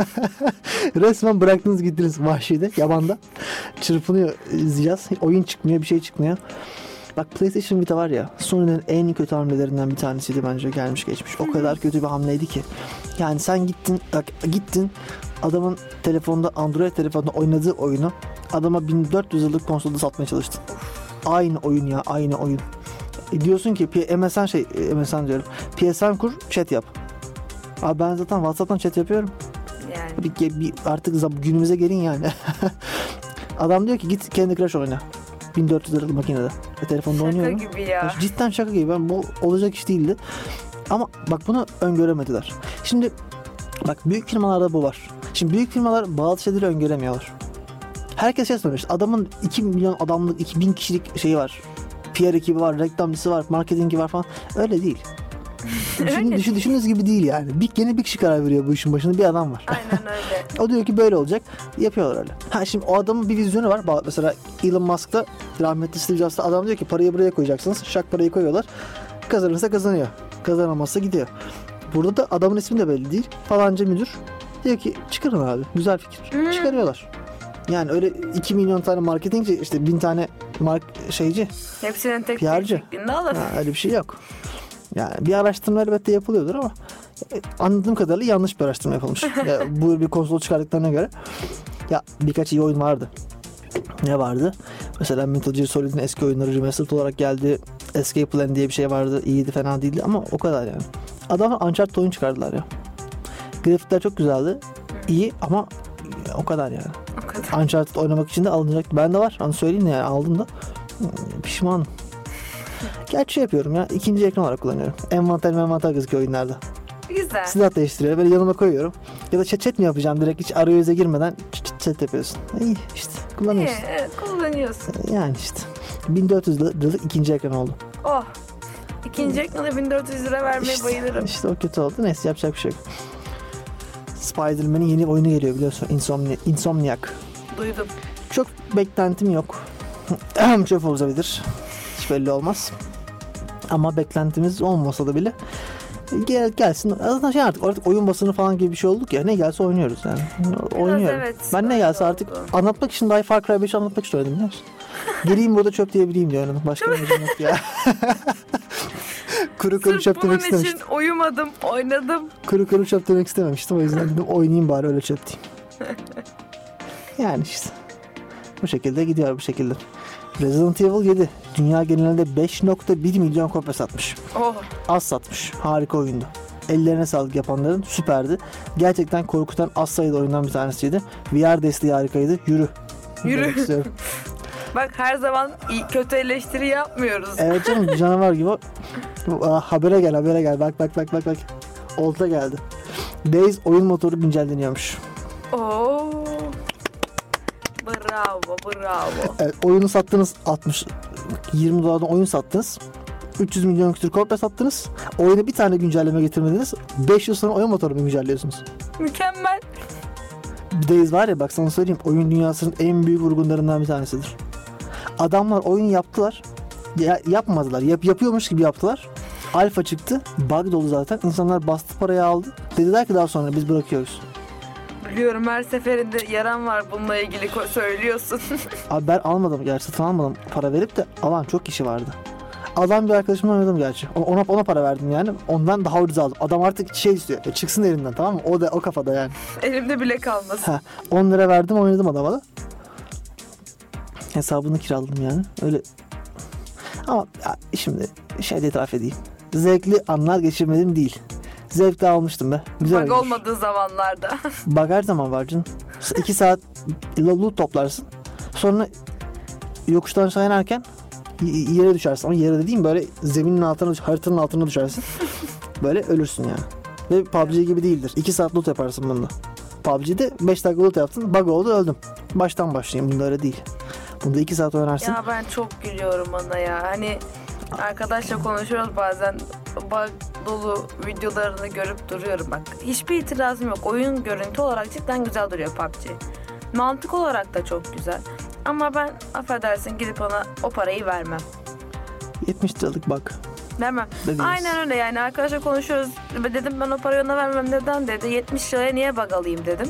[SPEAKER 2] Resmen bıraktınız gittiniz vahşide, yabanda. Çırpınıyor izleyeceğiz. Oyun çıkmıyor, bir şey çıkmıyor. Bak PlayStation Vita var ya, Sony'nin en kötü hamlelerinden bir tanesiydi bence gelmiş geçmiş. O kadar kötü bir hamleydi ki. Yani sen gittin adamın telefonda, Android telefonda oynadığı oyunu adama 1400 yıllık konsolda satmaya çalıştın. Aynı oyun ya, aynı oyun. Diyorsun ki MSN diyorum. PSN kur, chat yap. Abi ben zaten WhatsApp'tan chat yapıyorum.
[SPEAKER 3] Yani.
[SPEAKER 2] Bir artık günümüze gelin yani. Adam diyor ki git Candy Crush oyna. 1400 liralık makinede. Telefonda
[SPEAKER 3] şaka
[SPEAKER 2] oynuyorum.
[SPEAKER 3] Şaka gibi ya.
[SPEAKER 2] Cidden şaka gibi. Bu olacak iş değildi. Ama bak bunu öngöremediler. Şimdi bak büyük firmalarda bu var. Şimdi büyük firmalar bazı şeyleri öngöremiyorlar. Herkes şey soruyor. Adamın 2 milyon adamlık, 2000 kişilik şeyi var. PR ekibi var, reklamcısı var, marketingi var falan. Öyle değil. Düşündüğünüz gibi değil yani. Yeni bir kişi karar veriyor bu işin başında. Bir adam var.
[SPEAKER 3] Aynen öyle.
[SPEAKER 2] O diyor ki böyle olacak. Yapıyorlar öyle. Şimdi o adamın bir vizyonu var. Mesela Elon Musk'ta, rahmetli Steve Jobs'ta adam diyor ki parayı buraya koyacaksınız. Şak parayı koyuyorlar. Kazanırsa kazanıyor. Kazanamazsa gidiyor. Burada da adamın ismi de belli değil. Falanca müdür. Diyor ki çıkarın abi. Güzel fikir. Çıkarıyorlar. Yani öyle 2 milyon tane marketingci, işte 1000 tane şeyci.
[SPEAKER 3] Hepsinin tek
[SPEAKER 2] PR'cı.
[SPEAKER 3] şeklinde alır.
[SPEAKER 2] Öyle bir şey yok. Yani bir araştırma elbette yapılıyordur ama anladığım kadarıyla yanlış bir araştırma yapılmış. Bu bir konsol çıkardıklarına göre. Ya birkaç iyi oyun vardı. Ne vardı? Mesela Metal Gear Solid'in eski oyunları remastered olarak geldi. Escape Plan diye bir şey vardı. İyiydi, fena değildi ama o kadar yani. Adamlar Uncharted oyun çıkardılar ya. Grafikler çok güzeldi. İyi ama o kadar yani.
[SPEAKER 3] O kadar.
[SPEAKER 2] Uncharted oynamak için de alınacak. Bende var. Onu söyleyeyim de yani aldım da. Pişmanım. Gerçi yapıyorum ya. İkinci ekran olarak kullanıyorum. Envanter gözüküyor oyunlarda.
[SPEAKER 3] Güzel.
[SPEAKER 2] Silah değiştiriyor. Böyle yanıma koyuyorum. Ya da chat mi yapacağım? Direkt hiç arayüze girmeden chat yapıyorsun. İyi işte. Kullanıyorsun.
[SPEAKER 3] Evet, kullanıyorsun.
[SPEAKER 2] Yani işte. 1400 liralık ikinci ekran oldu.
[SPEAKER 3] Oh. İkinci ekrana 1400 lira vermeye bayılırım.
[SPEAKER 2] İşte o kötü oldu. Neyse yapacak bir şey yok. Spider-Man'in yeni oyunu geliyor biliyorsun. Insomniac.
[SPEAKER 3] Duydum.
[SPEAKER 2] Çok beklentim yok. Çöp olabilir. Hiç belli olmaz. Ama beklentimiz olmasa da bile gelsin. Aslında şey artık oyun basını falan gibi bir şey olduk ya. Ne gelse oynuyoruz yani. Oynuyorum.
[SPEAKER 3] Evet,
[SPEAKER 2] ben ne gelse artık
[SPEAKER 3] oldu.
[SPEAKER 2] anlatmak için dahi Far Cry 5 anlatmak için oynadım biliyor musun? Geleyim burada çöp diyebileyim diye oynadım. Başka bir şey yok ya. Kuru
[SPEAKER 3] Sırf
[SPEAKER 2] çöp
[SPEAKER 3] bunun
[SPEAKER 2] demek
[SPEAKER 3] için
[SPEAKER 2] istemiştim.
[SPEAKER 3] uyumadım, oynadım.
[SPEAKER 2] Kuru çöp demek istememiştim. O yüzden dedim oynayayım bari öyle çöp diyeyim. Yani işte. Bu şekilde gidiyor bu şekilde. Resident Evil 7 dünya genelinde 5.1 milyon kopya satmış.
[SPEAKER 3] Oh.
[SPEAKER 2] Az satmış. Harika oyundu. Ellerine sağlık yapanların, süperdi. Gerçekten korkutan az sayıda oyundan bir tanesiydi. VR desteği harikaydı. Yürü. Demek istiyorum.
[SPEAKER 3] Bak her zaman kötü eleştiri yapmıyoruz.
[SPEAKER 2] Evet canım canavar gibi. Habere gel. Bak. Olta geldi. Days oyun motoru güncelleniyormuş.
[SPEAKER 3] Oo. Bravo.
[SPEAKER 2] Evet, oyunu sattınız 20 dolardan oyun sattınız. 300 milyon küsur kopya sattınız. Oyuna bir tane güncelleme getirmediniz. 5 yıl sonra oyun motorunu güncelliyorsunuz.
[SPEAKER 3] Mükemmel.
[SPEAKER 2] Days var ya bak sana söyleyeyim oyun dünyasının en büyük vurgunlarından bir tanesidir. Adamlar oyun yaptılar. Yapmadılar. Yapıyormuş gibi yaptılar. Alfa çıktı. Bug dolu zaten. İnsanlar bastı parayı aldı. Dediler ki daha sonra biz bırakıyoruz.
[SPEAKER 3] Biliyorum her seferinde yaran var bununla ilgili söylüyorsun.
[SPEAKER 2] Abi ben almadım gerçi satın almadım para verip de alan çok kişi vardı. Alan bir arkadaşımla oynadım gerçi. Ona para verdim yani. Ondan daha ucuz aldım. Adam artık şey istiyor. Çıksın elinden tamam mı? O kafada yani.
[SPEAKER 3] Elimde bile kalmasın.
[SPEAKER 2] 10 lira verdim oynadım adama da. Hesabını kiraladım yani. Öyle. Ama ya, şimdi şey de itiraf edeyim. Zevkli anlar geçirmedim değil. Zevk de almıştım be. Güzel
[SPEAKER 3] Bak
[SPEAKER 2] oyunmuş.
[SPEAKER 3] olmadığı zamanlarda.
[SPEAKER 2] Bak her zaman var canım. 2 saat loot toplarsın. Sonra yokuştan aşağı inerken yere düşersin. Ama yere dediğim böyle zeminin altına, haritanın altına düşersin. Böyle ölürsün yani. Ve PUBG gibi değildir. 2 saat loot yaparsın bunda. PUBG'de 5 dakika loot yaptın. Bug oldu öldüm. Baştan başlayayım. Bunda öyle değil. Bunda 2 saat oynarsın.
[SPEAKER 3] Ya ben çok gülüyorum ona ya. Hani arkadaşla konuşuyoruz bazen, bug dolu videolarını görüp duruyorum bak. Hiçbir itirazım yok. Oyun görüntü olarak cidden güzel duruyor PUBG. Mantık olarak da çok güzel. Ama ben affedersin gidip ona o parayı vermem.
[SPEAKER 2] 70 liralık bug.
[SPEAKER 3] Demem.
[SPEAKER 2] Dediğiniz.
[SPEAKER 3] Aynen öyle yani arkadaşla konuşuyoruz. Dedim ben o parayı ona vermem. Neden dedi. 70 liraya niye bug alayım dedim.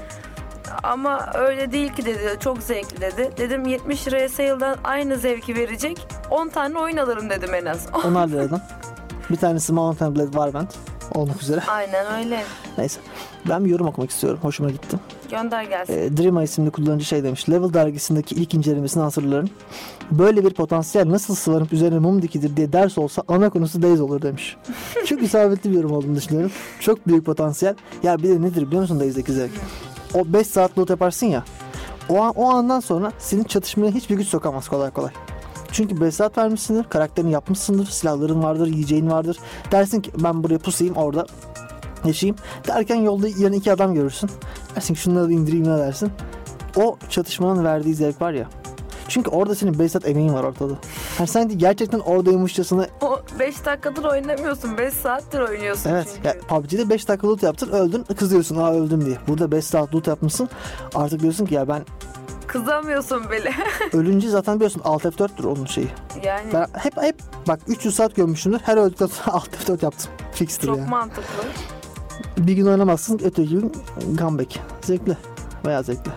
[SPEAKER 3] Ama öyle değil ki dedi. Çok zevkli dedi. Dedim 70 liraya sale'dan aynı zevki verecek 10 tane oyun alırım dedim en az.
[SPEAKER 2] 10'ar liradan. Bir tanesi Mount & Blade Warband olmak üzere.
[SPEAKER 3] Aynen öyle.
[SPEAKER 2] Neyse. Ben bir yorum okumak istiyorum. Hoşuma gitti.
[SPEAKER 3] Gönder gelsin.
[SPEAKER 2] Dream isimli kullanıcı şey demiş. Level dergisindeki ilk incelemesini hatırlarım. Böyle bir potansiyel nasıl sıvanıp üzerine mum dikilir diye ders olsa ana konusu Days olur demiş. Çok isabetli bir yorum olduğunu düşünüyorum. Çok büyük potansiyel. Ya bir de nedir biliyor musun Days'deki zevk? O 5 saat loot yaparsın ya. O andan sonra senin çatışmaya hiçbir güç sokamaz kolay kolay. Çünkü 5 saat vermişsindir, karakterini yapmışsındır, silahların vardır, yiyeceğin vardır. Dersin ki ben buraya pusayım orada yaşayayım. Derken yolda yanı 2 adam görürsün. Dersin ki şunları da indireyim ne dersin. O çatışmanın verdiği zevk var ya. Çünkü orada senin 5 saat emeğin var ortada. Yani sen gerçekten oradaymışçasına...
[SPEAKER 3] O 5 dakikadır oynamıyorsun. 5 saattir oynuyorsun
[SPEAKER 2] Evet.
[SPEAKER 3] çünkü.
[SPEAKER 2] Ya, PUBG'de 5 dakika loot yaptın öldün kızıyorsun öldüm diye. Burada 5 saat loot yapmışsın artık diyorsun ki ya ben
[SPEAKER 3] Kızamıyorsun bile.
[SPEAKER 2] ölünce zaten biliyorsun Alt F4'tür onun şeyi.
[SPEAKER 3] Yani
[SPEAKER 2] Ben hep bak 300 saat gömmüşümdür. Her öldükten sonra Alt F4 yaptım. Fixtir
[SPEAKER 3] çok
[SPEAKER 2] ya.
[SPEAKER 3] mantıklı.
[SPEAKER 2] Bir gün oynamazsın öteki gün comeback. Zevkli. Bayağı zevkli.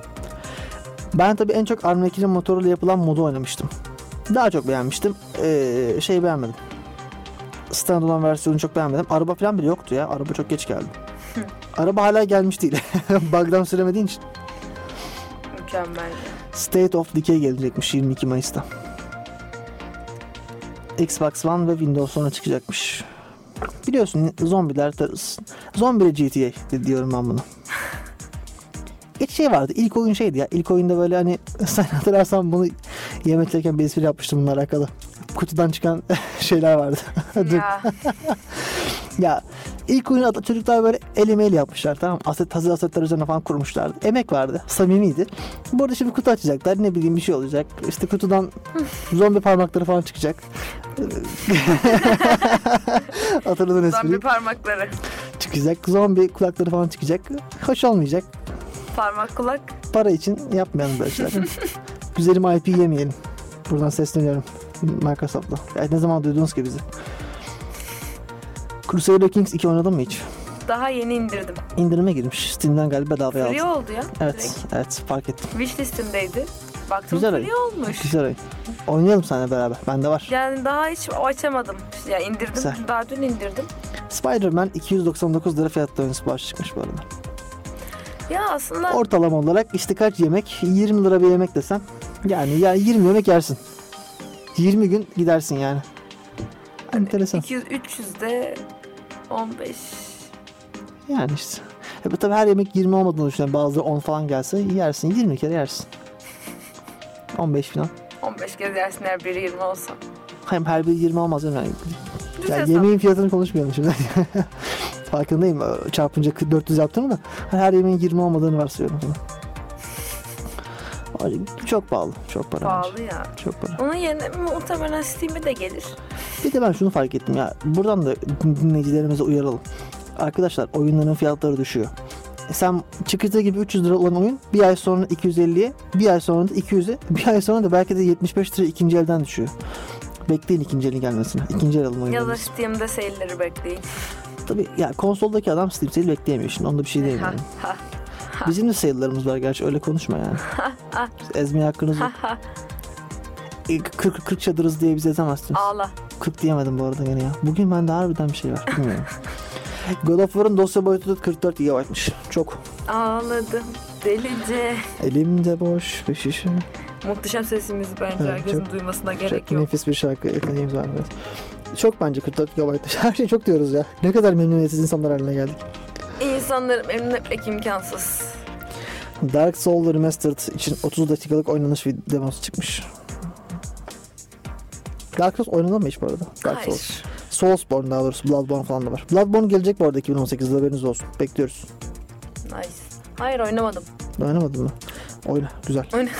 [SPEAKER 2] Ben tabii en çok Arm2'nin motoruyla yapılan modu oynamıştım. Daha çok beğenmiştim. Şeyi beğenmedim. Standalone versiyonu çok beğenmedim. Araba falan bile yoktu ya. Araba çok geç geldi. Araba hala gelmiş değil. Bug'dan süremediğin için.
[SPEAKER 3] Mükemmel.
[SPEAKER 2] State of Decay gelecekmiş 22 Mayıs'ta. Xbox One ve Windows sonra çıkacakmış. Biliyorsun zombiler, zombili GTA diyorum ben bunu. Hiç şey vardı, ilk oyun şeydi ya, ilk oyunda böyle hani sen hatırlarsan bunu yemekteyken bir espri yapmıştım bununla alakalı. Kutudan çıkan şeyler vardı.
[SPEAKER 3] Ya.
[SPEAKER 2] Ya ilk oyunu çocuklar böyle el emeğiyle yapmışlar, tamam, hazır asetler üzerine falan kurmuşlardı. Emek vardı, samimiydi. Bu arada şimdi kutu açacaklar, ne bileyim bir şey olacak. İşte kutudan zombi parmakları falan çıkacak. Hatırladın espriyi.
[SPEAKER 3] Zombi parmakları.
[SPEAKER 2] Çıkacak, zombi kulakları falan çıkacak. Hoş olmayacak.
[SPEAKER 3] Parmak kulak.
[SPEAKER 2] Para için yapmayalım böyle şeyler. Güzelim IP yemeyelim. Buradan sesleniyorum Microsoft'la. Yani ne zaman duydunuz ki bizi? Crusader Kings 2 oynadın mı hiç?
[SPEAKER 3] Daha yeni indirdim.
[SPEAKER 2] İndirime girmiş. Steam'den galiba bedavaya
[SPEAKER 3] Free
[SPEAKER 2] aldım.
[SPEAKER 3] oldu ya.
[SPEAKER 2] Evet,
[SPEAKER 3] Direkt.
[SPEAKER 2] evet fark ettim.
[SPEAKER 3] Wish listemdeydi. Baktım
[SPEAKER 2] Güzel
[SPEAKER 3] free olmuş.
[SPEAKER 2] Güzel oyun. Oynayalım seninle beraber. Bende var.
[SPEAKER 3] Yani daha hiç açamadım. Ya indirdim.
[SPEAKER 2] Güzel.
[SPEAKER 3] Daha dün indirdim.
[SPEAKER 2] Spider-Man 299 lira fiyatta oyun sipariş çıkmış bu arada.
[SPEAKER 3] Ya aslında
[SPEAKER 2] Ortalama olarak işte kaç yemek? 20 lira bir yemek desem. Yani 20 yemek yersin. 20 gün gidersin yani. Enteresan.
[SPEAKER 3] 200-300'de 15.
[SPEAKER 2] Yani işte. Tabii her yemek 20 olmadığını düşünüyorum. Bazıları 10 falan gelse yersin. 20 kere yersin. 15 falan.
[SPEAKER 3] 15 kez yersin her biri 20 olsa.
[SPEAKER 2] Hem her biri 20 olmaz. Yani
[SPEAKER 3] Güzel
[SPEAKER 2] yemeğin fiyatını konuşmayalım şimdi. Farkındayım. Çarpınca 400 yaptım da her yemeğin 20 olmadığını varsayıyorum. Çok pahalı. Çok para.
[SPEAKER 3] Pahalı
[SPEAKER 2] bence.
[SPEAKER 3] ya.
[SPEAKER 2] Çok para.
[SPEAKER 3] Onun yerine muhtemelen Steam'e de gelir.
[SPEAKER 2] Bir de ben şunu fark ettim ya. Buradan da dinleyicilerimize uyaralım. Arkadaşlar oyunların fiyatları düşüyor. Sen çıktığı gibi 300 lira olan oyun bir ay sonra 250'ye, bir ay sonra da 200'e, bir ay sonra da belki de 75 lira ikinci elden düşüyor. Bekleyin ikinci elin gelmesini. İkinci el alın
[SPEAKER 3] Ya da
[SPEAKER 2] oyunlarını.
[SPEAKER 3] Steam'de sale'leri bekleyin.
[SPEAKER 2] Tabii ya konsoldaki adam Steam sale bekleyemiyor şimdi. Onda bir şey diyeyim yani. Bizim de sale'larımız var gerçi, öyle konuşma yani. Ezmeye hakkınız yok. 40 çadırız diye bizi ezemezsiniz.
[SPEAKER 3] Ağla.
[SPEAKER 2] 40 diyemedim bu arada gene ya. Bugün bende harbiden bir şey var. Bilmiyorum. God of War'ın dosya boyutu da 44 GB'mış. Çok.
[SPEAKER 3] Ağladım delice.
[SPEAKER 2] Elimde boş bir şişe.
[SPEAKER 3] Muhteşem sesimizi bence
[SPEAKER 2] Evet,
[SPEAKER 3] herkesin
[SPEAKER 2] çok-
[SPEAKER 3] duymasına gerek
[SPEAKER 2] Çok
[SPEAKER 3] yok.
[SPEAKER 2] nefis bir şarkı. Yeteneğimiz var biraz. Çok bence 44 GB. Her şeyi çok diyoruz ya. Ne kadar memnuniyetsiz insanlar haline geldik.
[SPEAKER 3] İnsanları memnun etmek imkansız.
[SPEAKER 2] Dark Souls Remastered için 30 dakikalık oynanış demosu çıkmış. Dark Souls oynanır mı hiç bu arada? Dark Souls.
[SPEAKER 3] Hayır.
[SPEAKER 2] Soulsborne daha doğrusu. Bloodborne falan da var. Bloodborne gelecek bu arada 2018'de, haberiniz olsun. Bekliyoruz.
[SPEAKER 3] Nice. Hayır oynamadım.
[SPEAKER 2] Oynamadın mı? Oyna. Güzel.
[SPEAKER 3] Oyna.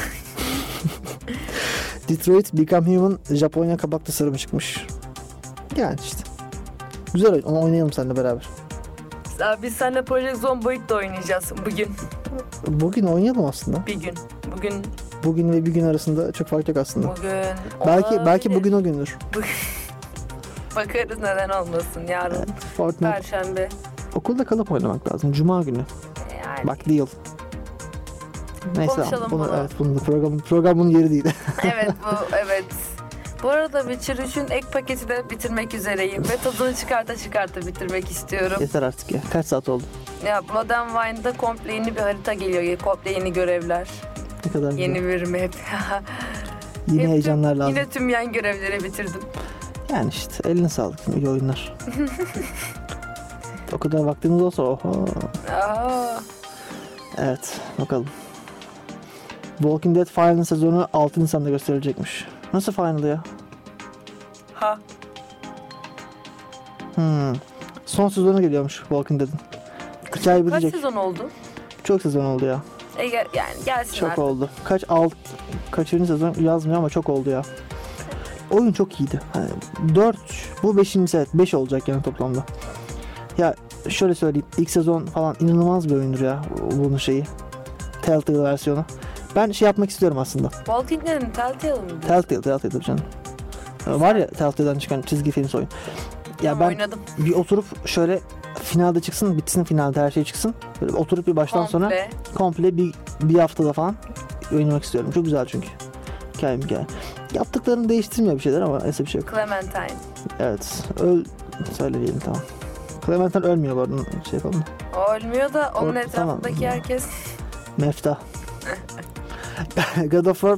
[SPEAKER 2] Detroit Become Human Japonya kapak tasarımı çıkmış. Yani işte. Güzel oyun. Onu oynayalım seninle beraber.
[SPEAKER 3] Biz seninle Project Zomboid de oynayacağız bugün.
[SPEAKER 2] Bugün oynayalım aslında.
[SPEAKER 3] Bir gün. Bugün.
[SPEAKER 2] Bugün ve bir gün arasında çok fark yok aslında.
[SPEAKER 3] Bugün.
[SPEAKER 2] Belki
[SPEAKER 3] olabilir.
[SPEAKER 2] bugün o gündür.
[SPEAKER 3] Bakarız neden olmasın yarın.
[SPEAKER 2] Fortnite.
[SPEAKER 3] Perşembe.
[SPEAKER 2] Okulda kalıp oynamak lazım. Cuma günü.
[SPEAKER 3] Yani.
[SPEAKER 2] Bak değil. Neyse
[SPEAKER 3] Konuşalım
[SPEAKER 2] bunu.
[SPEAKER 3] bunu.
[SPEAKER 2] Evet, bunu program bunun yeri değil.
[SPEAKER 3] Evet evet. Bu arada Witcher 3'ün ek paketi de bitirmek üzereyim ve tadını çıkarta bitirmek istiyorum.
[SPEAKER 2] Yeter artık ya. Kaç saat oldu?
[SPEAKER 3] Ya Blood and Wine'da komple yeni bir harita geliyor. Komple yeni görevler.
[SPEAKER 2] Ne kadar güzel.
[SPEAKER 3] Yeni bir map.
[SPEAKER 2] Yeni
[SPEAKER 3] Hep
[SPEAKER 2] heyecanlar lazım.
[SPEAKER 3] Yine tüm yan görevleri bitirdim.
[SPEAKER 2] Yani işte eline sağlık. İyi oyunlar. O kadar vaktimiz olsa oho.
[SPEAKER 3] Aa,
[SPEAKER 2] Evet bakalım. Walking Dead Final sezonu 6 Nisan'da gösterilecekmiş. Nasıl final ya?
[SPEAKER 3] ha.
[SPEAKER 2] Son sezonu geliyormuş Walking Dead'in. Hikaye
[SPEAKER 3] Kaç
[SPEAKER 2] bitecek.
[SPEAKER 3] sezon oldu?
[SPEAKER 2] Çok sezon oldu ya.
[SPEAKER 3] Yani gelsin
[SPEAKER 2] Çok
[SPEAKER 3] artık.
[SPEAKER 2] oldu. Kaçıncı sezon yazmıyor ama çok oldu ya. Oyun çok iyiydi. Hani 4, bu 5. set 5 olacak yani toplamda. Ya şöyle söyleyeyim, ilk sezon falan inanılmaz bir oyundur ya bunun şeyi. Telltale versiyonu. Ben şey yapmak istiyorum aslında.
[SPEAKER 3] Walking Dead'in Telltale mi?
[SPEAKER 2] Telltale tabii canım. Var ya Telltale'den çıkan çizgi film oyun. Ya
[SPEAKER 3] Tamam,
[SPEAKER 2] ben
[SPEAKER 3] oynadım.
[SPEAKER 2] bir oturup şöyle finalde çıksın, bitsin finalde her şey çıksın. Böyle oturup bir baştan sona komple bir haftada falan oynamak istiyorum. Çok güzel çünkü. Hikaye. Yaptıklarını değiştirmiyor bir şeyler ama neyse bir şey yok.
[SPEAKER 3] Clementine.
[SPEAKER 2] Evet. Söyleyelim tamam. Clementine ölmüyor bu arada. Şey yapalım.
[SPEAKER 3] O ölmüyor da onun
[SPEAKER 2] Tamam.
[SPEAKER 3] etrafındaki herkes.
[SPEAKER 2] Mefta. God of War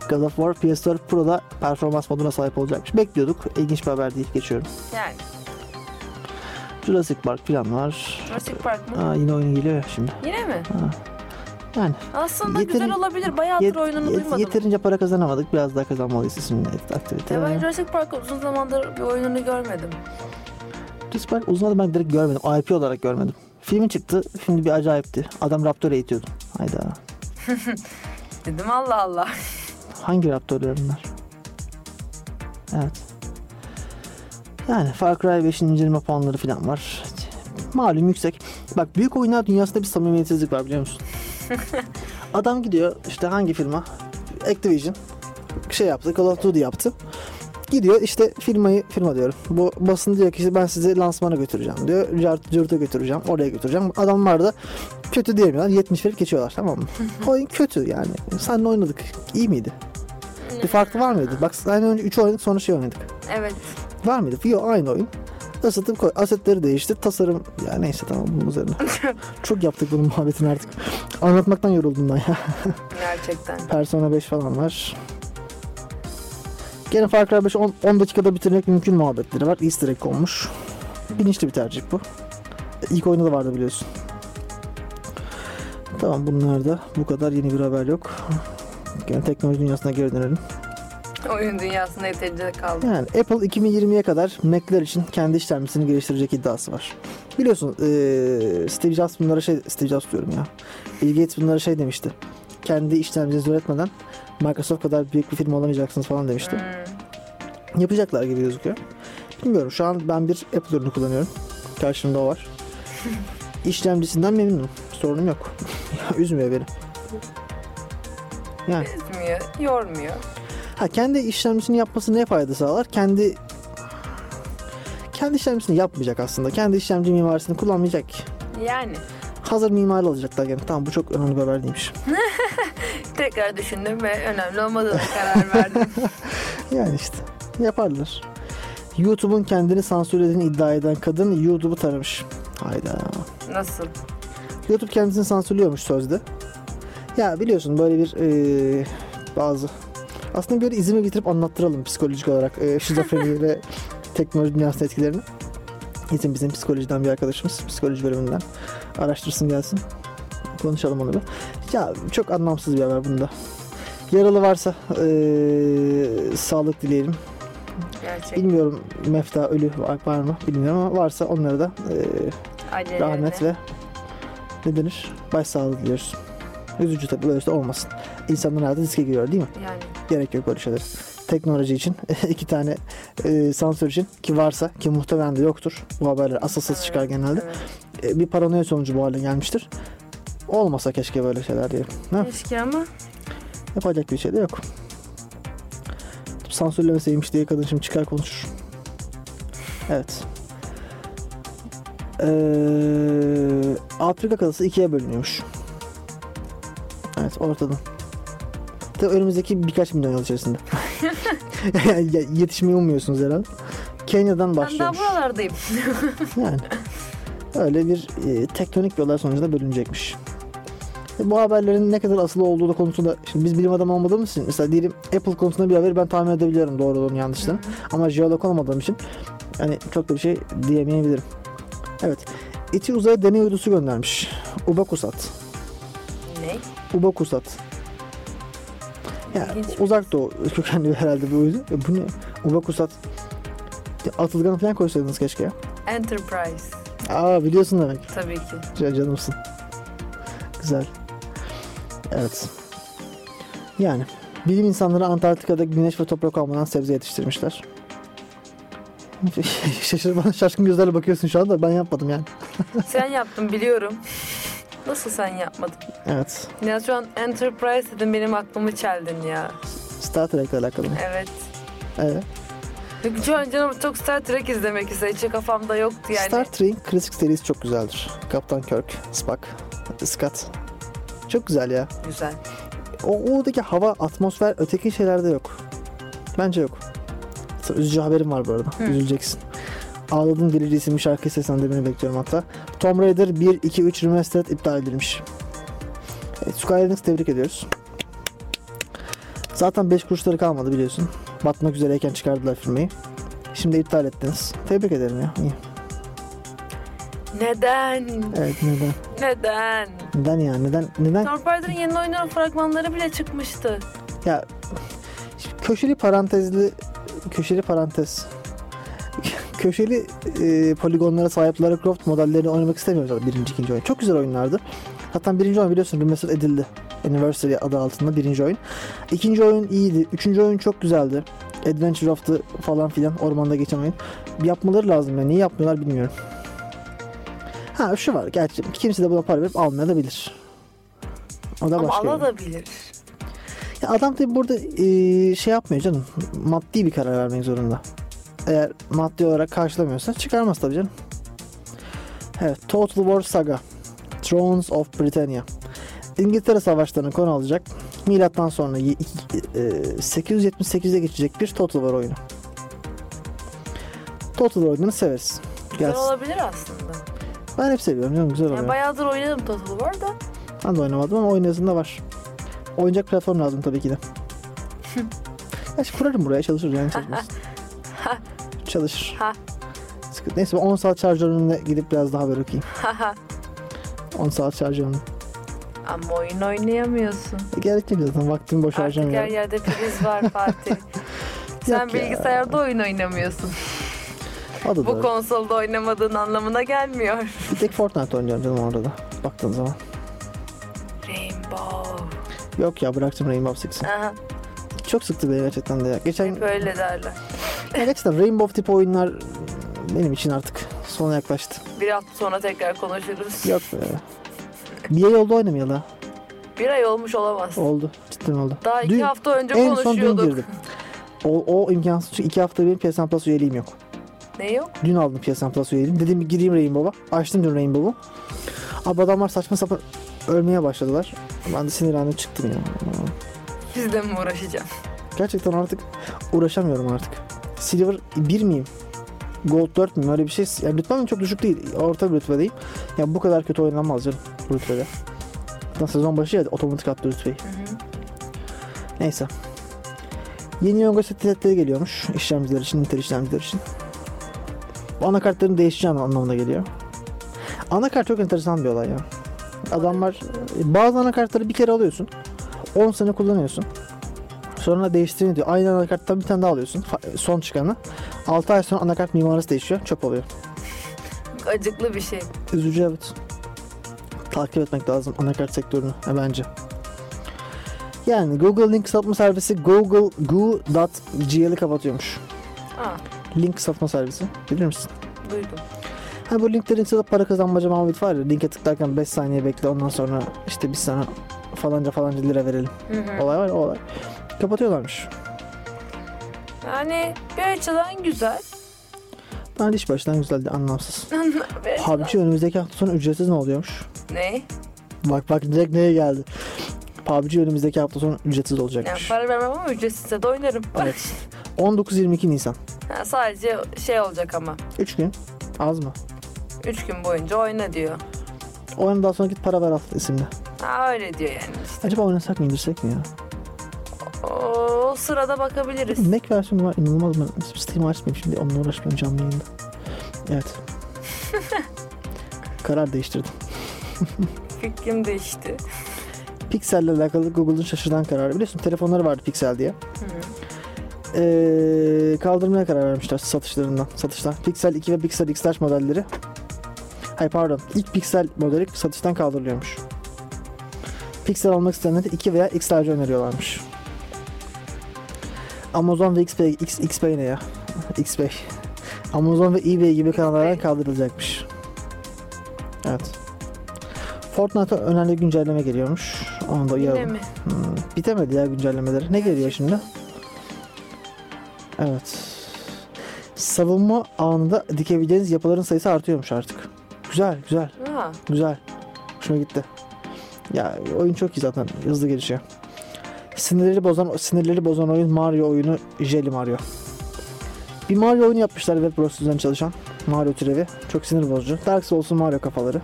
[SPEAKER 2] God of War PS4 Pro'da performans moduna sahip olacakmış. Bekliyorduk. İlginç bir haber değil. Geçiyorum.
[SPEAKER 3] Yani.
[SPEAKER 2] Jurassic Park falan var.
[SPEAKER 3] Jurassic Park mı?
[SPEAKER 2] Aa, yine oyun geliyor ya şimdi.
[SPEAKER 3] Yine mi?
[SPEAKER 2] Yani
[SPEAKER 3] Aslında güzel olabilir. Bayağıdır oyununu duymadım.
[SPEAKER 2] yeterince para kazanamadık. Biraz daha kazanmalıyız şimdi aktivite.
[SPEAKER 3] Ya ben Jurassic Park uzun zamandır bir oyununu görmedim.
[SPEAKER 2] Jurassic Park uzun zamandır ben direkt görmedim. IP olarak görmedim. Filmi çıktı. Şimdi bir acayipti. Adam Raptor eğitiyordu. Hayda.
[SPEAKER 3] Dedim Allah Allah.
[SPEAKER 2] Hangi Raptor'lar bunlar? Evet. Yani Far Cry 5'in inceleme puanları falan var. Malum yüksek. Bak büyük oyunlar dünyasında bir samimiyetsizlik var biliyor musun? Adam gidiyor işte hangi firma? Activision şey yaptı. Call of Duty yaptı. Gidiyor işte firma diyorum. Bu basın diyor ki işte ben sizi lansmana götüreceğim diyor. Cırt'a götüreceğim. Oraya götüreceğim. Adamlar da kötü diyemiyorlar. 70 verip geçiyorlar tamam mı? Oyun kötü yani. Seninle oynadık. İyi miydi? Bir farklı var mıydı? Bak aynı önce 3 oynadık sonra şey oynadık.
[SPEAKER 3] Evet.
[SPEAKER 2] Var mıydı? Yok aynı oyun. Isıtıp koy. Asetleri değişti. Tasarım. Ya neyse tamam bunun üzerine. Çok yaptık bunun muhabbetini artık. Anlatmaktan yoruldum ben ya.
[SPEAKER 3] Gerçekten.
[SPEAKER 2] Persona 5 falan var. Gene Far Cry 5 10 dakikada bitirmek mümkün muhabbetleri var. Easter egg olmuş. Bilinçli bir tercih bu. İlk oyunda da vardı biliyorsun. Tamam bunlarda bu kadar yeni bir haber yok. Gene teknoloji dünyasına geri dönelim.
[SPEAKER 3] Oyun dünyasında yeterince kaldı.
[SPEAKER 2] Yani Apple 2020'ye kadar Mac'ler için kendi işlemcisini geliştirecek iddiası var. Biliyorsun Steve Jobs bunlara Steve Jobs diyorum ya. Bill Gates bunlara demişti. Kendi işlemcinizi üretmeden Microsoft kadar büyük bir firma olamayacaksınız falan demişti. Yapacaklar gibi gözüküyor. Bilmiyorum şu an ben bir Apple ürünü kullanıyorum. Karşımda o var. İşlemcisinden memnunum. Sorunum yok. Üzmüyor beni. Yani.
[SPEAKER 3] Üzmüyor, yormuyor.
[SPEAKER 2] Kendi işlemcisini yapması ne fayda sağlar? Kendi işlemcisini yapmayacak aslında. Kendi işlemci mimarisini kullanmayacak.
[SPEAKER 3] Yani.
[SPEAKER 2] Hazır mimari alacaklar gene. Tamam bu çok önemli bir haber değilmiş.
[SPEAKER 3] Tekrar düşündüm ve önemli olmadığına karar verdim.
[SPEAKER 2] Yani işte yaparlar. YouTube'un kendini sansürlediğini iddia eden kadın YouTube'u taramış. Hayda.
[SPEAKER 3] Nasıl?
[SPEAKER 2] YouTube kendisini sansürlüyormuş sözde. Ya biliyorsun böyle bir bazı aslında böyle izimi getirip anlattıralım psikolojik olarak şizofreni ve teknoloji dünyasının etkilerini. İzin bizim psikolojiden bir arkadaşımız. Psikoloji bölümünden. Araştırsın gelsin. Konuşalım onu da. Ya çok anlamsız bir haber bunda. Yaralı varsa sağlık dileyelim.
[SPEAKER 3] Gerçekten.
[SPEAKER 2] Bilmiyorum mefta ölü var mı bilmiyorum ama varsa onlara da rahmet ve ne denir? Başsağlığı diliyoruz. Üzücü tabii böyle işte olmasın. İnsanların hayatı riske giriyor değil mi?
[SPEAKER 3] Yani.
[SPEAKER 2] Gerek yok böyle şeyler. Teknoloji için 2 tane sansür için ki varsa ki muhtemelen de yoktur. Bu haberler asılsız çıkar genelde.
[SPEAKER 3] Evet.
[SPEAKER 2] Bir paranoya sonucu bu hale gelmiştir. Olmasa keşke böyle şeyler diyelim.
[SPEAKER 3] Keşke ama.
[SPEAKER 2] Yapacak bir şey de yok. Sansürlemeseymiş diye kadın şimdi çıkar konuşur. Evet. Afrika kıtası 2'ye bölünüyormuş. Evet ortadan. Önümüzdeki birkaç milyon yıl içerisinde. Yetişmeyi ummuyorsunuz herhalde. Kenya'dan başlıyormuş.
[SPEAKER 3] Ben daha buralardayım.
[SPEAKER 2] Yani öyle bir tektonik bir olay sonucunda bölünecekmiş. Bu haberlerin ne kadar asılı olduğu da konusunda şimdi biz bilim adamı olmadığımız için mesela diyelim Apple konusunda bir haberi ben tahmin edebiliyorum doğruluğunu yanlışlığını. Ama jeolog olmadığım için hani çok da bir şey diyemeyebilirim. Evet. İTÜ uzaya deney uydusu göndermiş. UBAKUSAT.
[SPEAKER 3] Ne?
[SPEAKER 2] UBAKUSAT. Ya uzak doğu kökenli herhalde bu uydu. Bu ne? UBAKUSAT. Atılgan'ı falan koysaydınız keşke ya.
[SPEAKER 3] Enterprise.
[SPEAKER 2] Biliyorsun demek.
[SPEAKER 3] Tabii ki.
[SPEAKER 2] Canımsın. Güzel. Evet. Yani bilim insanları Antarktika'da güneş ve toprak almadan sebze yetiştirmişler. Şaşkın gözlerle bakıyorsun şu anda. Ben yapmadım yani.
[SPEAKER 3] Sen yaptın biliyorum. Nasıl sen yapmadın?
[SPEAKER 2] Evet.
[SPEAKER 3] Ya şu an Enterprise dedim benim aklımı çeldin ya.
[SPEAKER 2] Star Trek'le alakalı mı?
[SPEAKER 3] Evet.
[SPEAKER 2] Evet.
[SPEAKER 3] Çünkü şu an canım çok Star Trek izlemek istedim. Hiç kafamda yoktu yani.
[SPEAKER 2] Star Trek'in klasik serisi çok güzeldir. Kaptan Kirk, Spock, Scott. Çok güzel ya.
[SPEAKER 3] Güzel.
[SPEAKER 2] Oradaki hava, atmosfer öteki şeylerde yok. Bence yok. Üzücü haberim var bu arada. Üzüleceksin. Ağladın Delici isimli şarkıyı seslendirmeni bekliyorum hatta. Tomb Raider 1, 2, 3 Remastered iptal edilmiş. Evet, Square Enix tebrik ediyoruz. Zaten 5 kuruşları kalmadı biliyorsun. Batmak üzereyken çıkardılar firmayı. Şimdi iptal ettiniz. Tebrik ederim ya. İyi.
[SPEAKER 3] Neden?
[SPEAKER 2] Evet, neden?
[SPEAKER 3] Neden?
[SPEAKER 2] Neden ya? Neden?
[SPEAKER 3] Tomb Raider'ın yeni oyunların fragmanları bile çıkmıştı.
[SPEAKER 2] Ya köşeli poligonlara sahip Lara Croft modellerini oynamak istemiyoruz zaten birinci, ikinci oyun. Çok güzel oyunlardı. Zaten birinci oyun biliyorsun remaster edildi. Anniversary adı altında birinci oyun. İkinci oyun iyiydi. Üçüncü oyun çok güzeldi. Adventure of the falan filan ormanda geçen oyun. Yapmaları lazım ya. Niye yapmıyorlar bilmiyorum. Ha şu var. Gerçi kimse de buna para verip almayabilir. O da
[SPEAKER 3] Ama
[SPEAKER 2] başka.
[SPEAKER 3] alabilir.
[SPEAKER 2] Ya adam tabi burada şey yapmıyor canım. Maddi bir karar vermek zorunda. Eğer maddi olarak karşılamıyorsa çıkarmaz tabii canım. Evet. Total War Saga. Thrones of Britannia. İngiltere savaşlarını konu alacak. Milattan sonra 878'e geçecek bir Total War oyunu. Total War oyununu severiz.
[SPEAKER 3] Güzel olabilir aslında.
[SPEAKER 2] Ben hep seviyorum canım, güzel oluyor.
[SPEAKER 3] Yani bayağıdır oynadım Total War da.
[SPEAKER 2] Ben de oynamadım ama oyun yazında var. Oynayacak platform lazım tabii ki de. Ya kurarım buraya, çalışır yani, çalışmaz. Çalışır. Neyse ben 10 saat şarj önüne gidip biraz daha böyle okuyayım. 10 saat şarj önüne.
[SPEAKER 3] Ama oyun oynayamıyorsun.
[SPEAKER 2] Gerek yok zaten, vaktimi boş
[SPEAKER 3] Artık her
[SPEAKER 2] harcamıyorum.
[SPEAKER 3] yerde priz var Fatih. Sen
[SPEAKER 2] Yok ya.
[SPEAKER 3] bilgisayarda oyun oynamıyorsun.
[SPEAKER 2] O da
[SPEAKER 3] Bu
[SPEAKER 2] doğru.
[SPEAKER 3] konsolda oynamadığın anlamına gelmiyor.
[SPEAKER 2] Bir tek Fortnite oynuyorum canım orada da. Baktığın zaman.
[SPEAKER 3] Rainbow.
[SPEAKER 2] Yok ya, bıraktım Rainbow Six'i.
[SPEAKER 3] Aha,
[SPEAKER 2] Çok sıktı beni gerçekten de ya. Geçen
[SPEAKER 3] hep öyle derler.
[SPEAKER 2] ya gerçekten Rainbow tip oyunlar benim için artık sona yaklaştı.
[SPEAKER 3] Bir hafta sonra tekrar konuşuruz.
[SPEAKER 2] Yok be. Bir ay oldu oynamayalı.
[SPEAKER 3] Bir ay olmuş olamaz.
[SPEAKER 2] Oldu. Cidden oldu.
[SPEAKER 3] Daha 2
[SPEAKER 2] Dün-
[SPEAKER 3] hafta önce
[SPEAKER 2] En son dün
[SPEAKER 3] konuşuyorduk.
[SPEAKER 2] girdim. O imkansız, çünkü 2 hafta benim PSN Plus üyeliğim yok.
[SPEAKER 3] Ne yok?
[SPEAKER 2] Dün aldım PSN Plus üyeliğimi. Dedim bir gireyim Rainbow'a. Açtım dün Rainbow'u. Abi adamlar saçma sapan ölmeye başladılar. Ben de sinirlendim çıktım ya.
[SPEAKER 3] Sizle mi uğraşacağım?
[SPEAKER 2] Gerçekten artık uğraşamıyorum artık. Silver 1 miyim? Gold 4 miyim? Öyle bir şey. Yani rütbem çok düşük değil. Orta bir rütbedeyim. Ya bu kadar kötü oynanmaz canım bu rütbede. Zaten sezon başı ya otomatik attı rütbeyi. Neyse. Yeni Yonga setleri geliyormuş. İşlemciler için, Intel işlemciler için. Bu anakartların değişeceği anlamına geliyor. Anakart çok enteresan bir olay ya. Adamlar bazı anakartları bir kere alıyorsun. 10 sene kullanıyorsun. Sonra değiştirin diyor. Aynı anakarttan bir tane daha alıyorsun. Son çıkanı. 6 ay sonra anakart mimarisi değişiyor. Çöp oluyor.
[SPEAKER 3] Acıklı bir şey.
[SPEAKER 2] Üzücü, evet. Takip etmek lazım anakart sektörünü bence. Yani Google link satma servisi Goo.gl'i kapatıyormuş.
[SPEAKER 3] Aa,
[SPEAKER 2] Link satma servisi. Bilir misin?
[SPEAKER 3] duydum.
[SPEAKER 2] Ha bu linklerin satıp para kazanmaca muhabbeti var ya. Linke tıklarken 5 saniye bekle, ondan sonra işte biz sana falanca lira verelim. Olay var ya, o olay. Kapatıyorlarmış.
[SPEAKER 3] Yani bir açıdan güzel.
[SPEAKER 2] Bence iş baştan güzeldi, anlamsız.
[SPEAKER 3] Ve-
[SPEAKER 2] PUBG önümüzdeki hafta sonu ücretsiz ne oluyormuş?
[SPEAKER 3] Ne?
[SPEAKER 2] Bak direkt neye geldi? PUBG önümüzdeki hafta sonu ücretsiz
[SPEAKER 3] Yani
[SPEAKER 2] olacakmış.
[SPEAKER 3] para vermem ama ücretsizse de oynarım.
[SPEAKER 2] Evet. 19-22 Nisan.
[SPEAKER 3] Ha, sadece şey olacak ama.
[SPEAKER 2] 3 gün. Az mı?
[SPEAKER 3] 3 gün boyunca oyna diyor.
[SPEAKER 2] Oyun daha sonra git para ver al isimli.
[SPEAKER 3] Ha, öyle diyor yani işte.
[SPEAKER 2] Acaba oynasak mı, indirsek mi ya?
[SPEAKER 3] O sırada bakabiliriz.
[SPEAKER 2] Mac versiyonu var, inanılmaz mı? Steam açmayayım şimdi, onunla uğraşmayayım canlı yayında. Evet. Karar değiştirdim.
[SPEAKER 3] Fikrim değişti.
[SPEAKER 2] Pixel ile alakalı Google'ın şaşırtan kararı. Biliyorsun telefonları vardı Pixel diye. Kaldırmaya karar vermişler satıştan. Pixel 2 ve Pixel XL modelleri. İlk Pixel modeli satıştan kaldırılıyormuş. Pixel almak isteyenlere 2 veya XL'ci öneriyorlarmış. Amazon ve XPay ne ya? XPay. Amazon ve eBay gibi kanallardan kaldırılacakmış. Evet. Fortnite'a önemli güncelleme geliyormuş. Onu da
[SPEAKER 3] Yine
[SPEAKER 2] uyaralım.
[SPEAKER 3] mi?
[SPEAKER 2] Bitemedi ya güncellemeleri. Ne geliyor şimdi? Evet. Savunma anında dikebileceğiniz yapıların sayısı artıyormuş artık. Güzel.
[SPEAKER 3] Ha,
[SPEAKER 2] Güzel. Hoşuma gitti. Ya oyun çok iyi zaten. Hızlı gelişiyor. Sinirleri bozan oyun Mario oyunu, Jelly Mario. Bir Mario oyunu yapmışlar web browser'dan çalışan. Mario türevi. Çok sinir bozucu. Dark Souls'un Mario kafaları.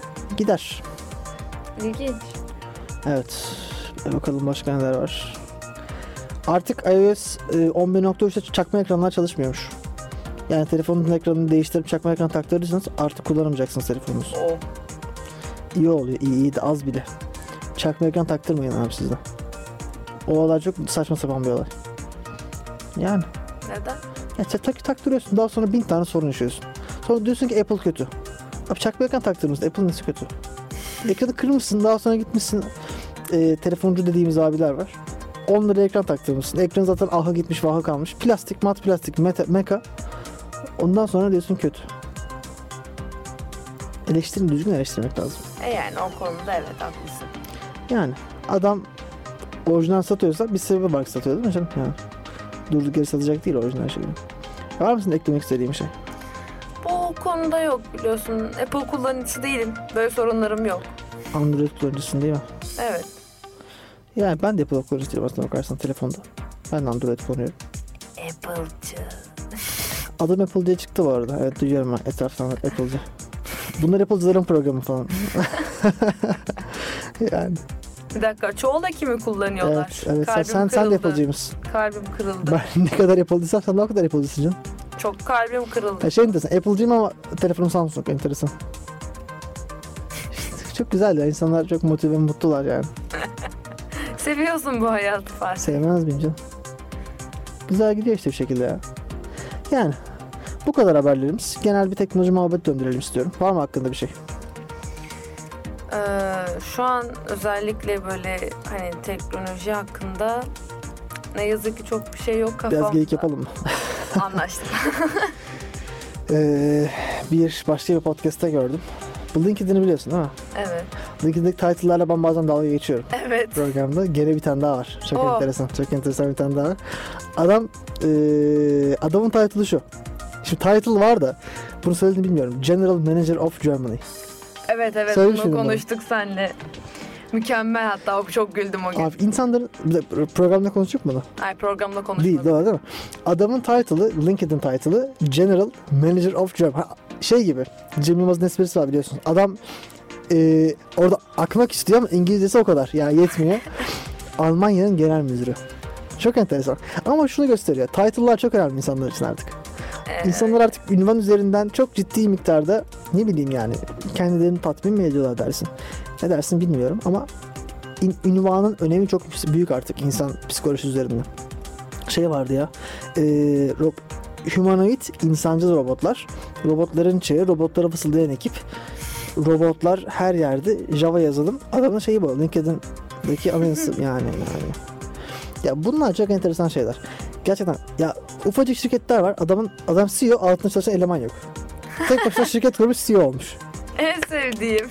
[SPEAKER 2] Gider.
[SPEAKER 3] ilginç.
[SPEAKER 2] Evet. Bakalım başka neler var. Artık iOS 11.3'te çakma ekranlar çalışmıyormuş. Yani telefonun ekranını değiştirip çakma ekran taktırırsanız artık kullanamayacaksınız telefonunuzu.
[SPEAKER 3] Oh.
[SPEAKER 2] İyi oluyor. İyi de az bile. Çakma ekran taktırmayın abi sizde. O olay çok saçma sapan bir olay. Yani.
[SPEAKER 3] Neden?
[SPEAKER 2] Ya taktırıyorsun. Daha sonra 1000 tane sorun yaşıyorsun. Sonra diyorsun ki Apple kötü. Abi çakma ekran taktırmışsın. Apple nasıl kötü? Ekranı kırmışsın. Daha sonra gitmişsin. Telefoncu dediğimiz abiler var. 10 lira ekran taktırmışsın. Ekran zaten aha gitmiş vahı kalmış. Plastik, mat plastik, meka. Ondan sonra diyorsun kötü. Düzgün eleştirmek lazım.
[SPEAKER 3] Yani o konuda evet haklısın.
[SPEAKER 2] Yani adam orijinal satıyorsa bir sebebi var satıyor değil mi canım? Yani durduk yere satacak değil orijinal şeyi. Var mısın eklemek istediğin bir şey?
[SPEAKER 3] Bu konuda yok biliyorsun. Apple kullanıcısı değilim. Böyle sorunlarım yok.
[SPEAKER 2] Android kullanıcısın değil mi?
[SPEAKER 3] Evet.
[SPEAKER 2] Yani ben de Apple kullanıcısıyım aslında bakarsan telefonda. Ben de Android kullanıyorum.
[SPEAKER 3] Apple'cı.
[SPEAKER 2] Adım Apple diye çıktı bu arada. Evet duyuyorum ben etraftan Apple'cı. Bunlar Apple'cıların programı falan. Yani.
[SPEAKER 3] Bir dakika çoğu da kimi kullanıyorlar?
[SPEAKER 2] Evet.
[SPEAKER 3] Kalbim
[SPEAKER 2] Sen de
[SPEAKER 3] kırıldı.
[SPEAKER 2] Apple'cıymışsın.
[SPEAKER 3] Kalbim kırıldı.
[SPEAKER 2] Ben ne kadar Apple'cıysam sen de o kadar Apple'cısın canım.
[SPEAKER 3] Çok kalbim kırıldı.
[SPEAKER 2] Ya şey mi desin? Apple'cıyım ama telefonum Samsung. Enteresan. Çok güzel ya. İnsanlar çok motive ve mutlular yani.
[SPEAKER 3] Seviyorsun bu hayatı Fatih.
[SPEAKER 2] Sevmez miyim canım? Güzel gidiyor işte bir şekilde ya. Yani bu kadar haberlerimiz. Genel bir teknoloji muhabbet döndürelim istiyorum. Var mı hakkında bir şey?
[SPEAKER 3] Şu an özellikle böyle hani teknoloji hakkında ne yazık ki çok bir şey yok kafamda.
[SPEAKER 2] Biraz geyik yapalım mı?
[SPEAKER 3] Anlaştık.
[SPEAKER 2] Başka bir podcast'ta gördüm. Bu LinkedIn'i biliyorsun değil mi?
[SPEAKER 3] Evet.
[SPEAKER 2] LinkedIn'deki title'larla ben bazen dalga geçiyorum.
[SPEAKER 3] Evet.
[SPEAKER 2] Programda. Gene bir tane daha var. Çok enteresan. Çok enteresan bir tane daha var. Adamın title'ı şu. Şimdi title var da bunu söylediğini bilmiyorum. General Manager of Germany.
[SPEAKER 3] Evet
[SPEAKER 2] Söylemiş
[SPEAKER 3] bunu konuştuk seninle. Mükemmel hatta çok güldüm o gün.
[SPEAKER 2] Abi insanların programda konuştuk mu bunu?
[SPEAKER 3] Ay programda konuşmadık.
[SPEAKER 2] Değil doğru değil mi? Adamın title'ı, LinkedIn title'ı General Manager of Germany. Şey gibi. Cem Yılmaz'ın esprisi var biliyorsun. Adam orada akmak istiyor ama İngilizcesi o kadar. Yani yetmiyor. Almanya'nın genel müdürü. Çok enteresan. Ama şunu gösteriyor. Title'lar çok önemli insanlar için artık. İnsanlar artık ünvan üzerinden çok ciddi miktarda ne bileyim yani kendilerini tatmin mi ediyorlar dersin. Ne dersin bilmiyorum ama ünvanın önemi çok büyük artık insan psikolojisi üzerinde. Şey vardı ya humanoid insancıl robotlar. Robotların çağı, robotlara fısıldayan ekip. Robotlar her yerde Java yazılım. Adamın şeyi bu. LinkedIn'deki anayası yani. Ya bunlar çok enteresan şeyler. Gerçekten ya ufacık şirketler var. Adam CEO altında çalışan eleman yok. Tek başına şirket kurmuş CEO olmuş.
[SPEAKER 3] En sevdiğim.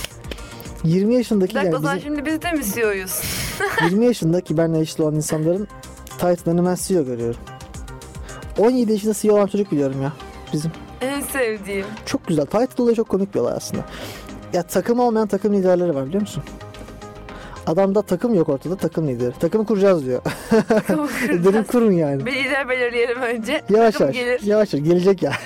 [SPEAKER 2] 20 yaşındaki
[SPEAKER 3] Bir dakika
[SPEAKER 2] yani
[SPEAKER 3] o zaman şimdi biz de mi CEO'yuz?
[SPEAKER 2] 20 yaşındaki benimle eşit olan insanların title'larını ben CEO görüyorum. 17 yaşında CEO olan çocuk biliyorum ya. Bizim.
[SPEAKER 3] En sevdiğim.
[SPEAKER 2] Çok güzel. Title olayı çok komik bir olay aslında. Ya takım olmayan takım liderleri var biliyor musun? Adamda takım yok ortada, takım lideri. Takımı kuracağız diyor. Dedim kurun yani.
[SPEAKER 3] Bir lider belirleyelim önce.
[SPEAKER 2] Yavaş gelecek ya.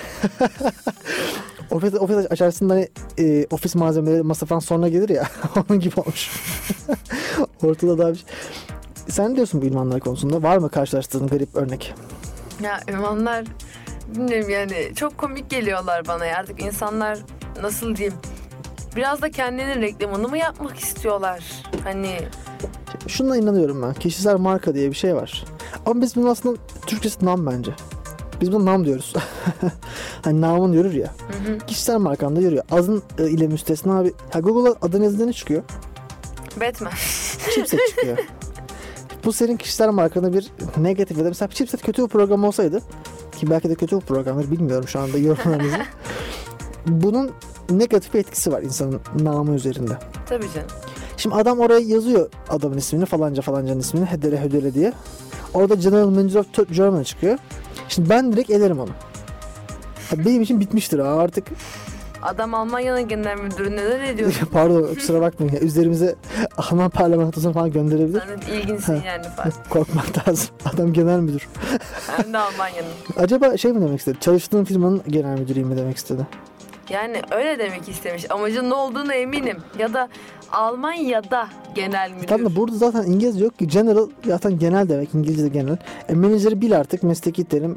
[SPEAKER 2] Ofis açarsın da ofis malzemeleri masa falan sonra gelir ya. Onun gibi olmuş. Ortada daha bir şey. Sen ne diyorsun bu ünvanlar konusunda? Var mı karşılaştığın garip örnek?
[SPEAKER 3] Ya ünvanlar bilmiyorum yani çok komik geliyorlar bana ya. Artık insanlar nasıl diyeyim biraz da kendinin reklamını mı yapmak istiyorlar? Hani
[SPEAKER 2] şuna inanıyorum ben. Kişisel marka diye bir şey var. Ama biz bunun aslında Türkçesi nam bence. Biz buna nam diyoruz. Hani namın yürür ya.
[SPEAKER 3] hı.
[SPEAKER 2] Kişisel markan da yürüyor. Adın ile müstesna bir... Google'a adın yazınca ne çıkıyor?
[SPEAKER 3] Batman.
[SPEAKER 2] Chipset çıkıyor. Bu senin kişisel markana bir negatif ya da mesela Chipset kötü bir program olsaydı ki belki de kötü bir programdır bilmiyorum şu anda yorumlarınızı. Bunun negatif bir etkisi var insanın namı üzerinde.
[SPEAKER 3] Tabii canım.
[SPEAKER 2] Şimdi adam oraya yazıyor adamın ismini falancanın ismini hödele diye. Orada General Manager of Germany çıkıyor. Şimdi ben direkt elerim onu. Benim için bitmiştir artık.
[SPEAKER 3] Adam Almanya'nın genel müdürü neden ediyor?
[SPEAKER 2] Pardon kusura bakmayın ya. Üzerimize Alman parlamentosuna falan gönderebilir.
[SPEAKER 3] Sen ilginsin yani Fatih.
[SPEAKER 2] Korkmak lazım. Adam genel müdür.
[SPEAKER 3] Hem de Almanya'nın.
[SPEAKER 2] Acaba şey mi demek istedi? Çalıştığın firmanın genel müdürüyüm mi demek istedi?
[SPEAKER 3] Yani öyle demek istemiş. Amacın ne olduğunu eminim. Ya da Almanya'da genel müdür.
[SPEAKER 2] Tam da burada zaten İngilizce yok ki. General zaten genel demek. İngilizce'de genel. Menajeri bil artık. Mesleki terim.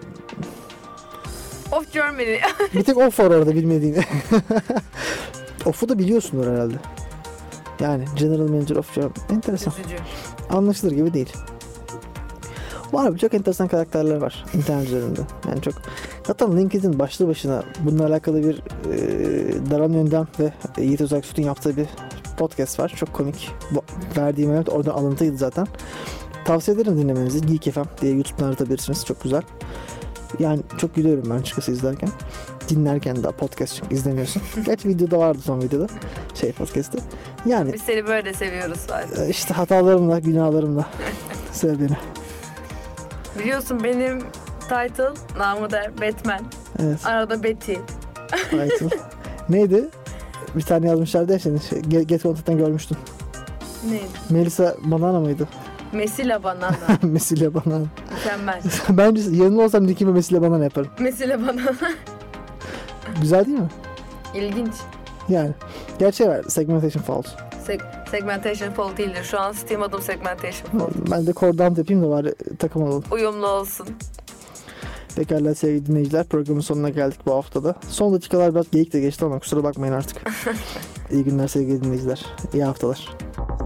[SPEAKER 3] Of Germany.
[SPEAKER 2] Bir tek off var orada bilmediğini. Off'u da biliyorsundur herhalde. Yani General Manager of Germany. Enteresan.
[SPEAKER 3] Üzücü.
[SPEAKER 2] Anlaşılır gibi değil. Var çok enteresan karakterler var internet üzerinde. Yani çok. Zaten LinkedIn başlı başına bununla alakalı bir Daran Yöndem ve Yiğit Özaksut'un yaptığı bir podcast var. Çok komik. Verdiğim evet oradan alıntıydı zaten. Tavsiye ederim dinlemenizi. Geek FM diye YouTube'dan aratabilirsiniz. Çok güzel. Yani çok gülüyorum ben açıkçası izlerken. Dinlerken daha podcast çünkü izlemiyorsun. Gerçi videoda vardı son videoda. Podcast'te. Yani
[SPEAKER 3] Biz seni böyle seviyoruz zaten.
[SPEAKER 2] işte hatalarımla, günahlarımla sev beni.
[SPEAKER 3] Biliyorsun benim title namı der Batman.
[SPEAKER 2] Evet.
[SPEAKER 3] Arada Betty.
[SPEAKER 2] Title. Neydi? Bir tane yazmışlardı ya senin. Get Content'ten görmüştüm.
[SPEAKER 3] Neydi?
[SPEAKER 2] Melisa Banana mıydı?
[SPEAKER 3] Mesile Banana.
[SPEAKER 2] Mesile Banana.
[SPEAKER 3] Mükemmel.
[SPEAKER 2] Bence yanında olsam nickime Mesile Banana yaparım.
[SPEAKER 3] Mesile Banana.
[SPEAKER 2] Güzel değil mi?
[SPEAKER 3] İlginç.
[SPEAKER 2] Yani. Gerçeği var. Segmentation fault.
[SPEAKER 3] Segmentation fault değildir. Şu an Steam adım segmentation fault.
[SPEAKER 2] Ben de cordant yapayım da bari takım olalım.
[SPEAKER 3] Uyumlu olsun.
[SPEAKER 2] Pekala sevgili dinleyiciler, programın sonuna geldik bu haftada. Son dakikalar biraz geyik de geçti ama kusura bakmayın artık. İyi günler sevgili dinleyiciler. İyi haftalar.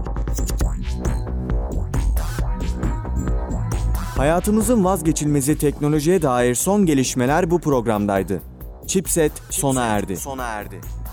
[SPEAKER 1] Hayatımızın vazgeçilmezi teknolojiye dair son gelişmeler bu programdaydı. Chipset sona erdi.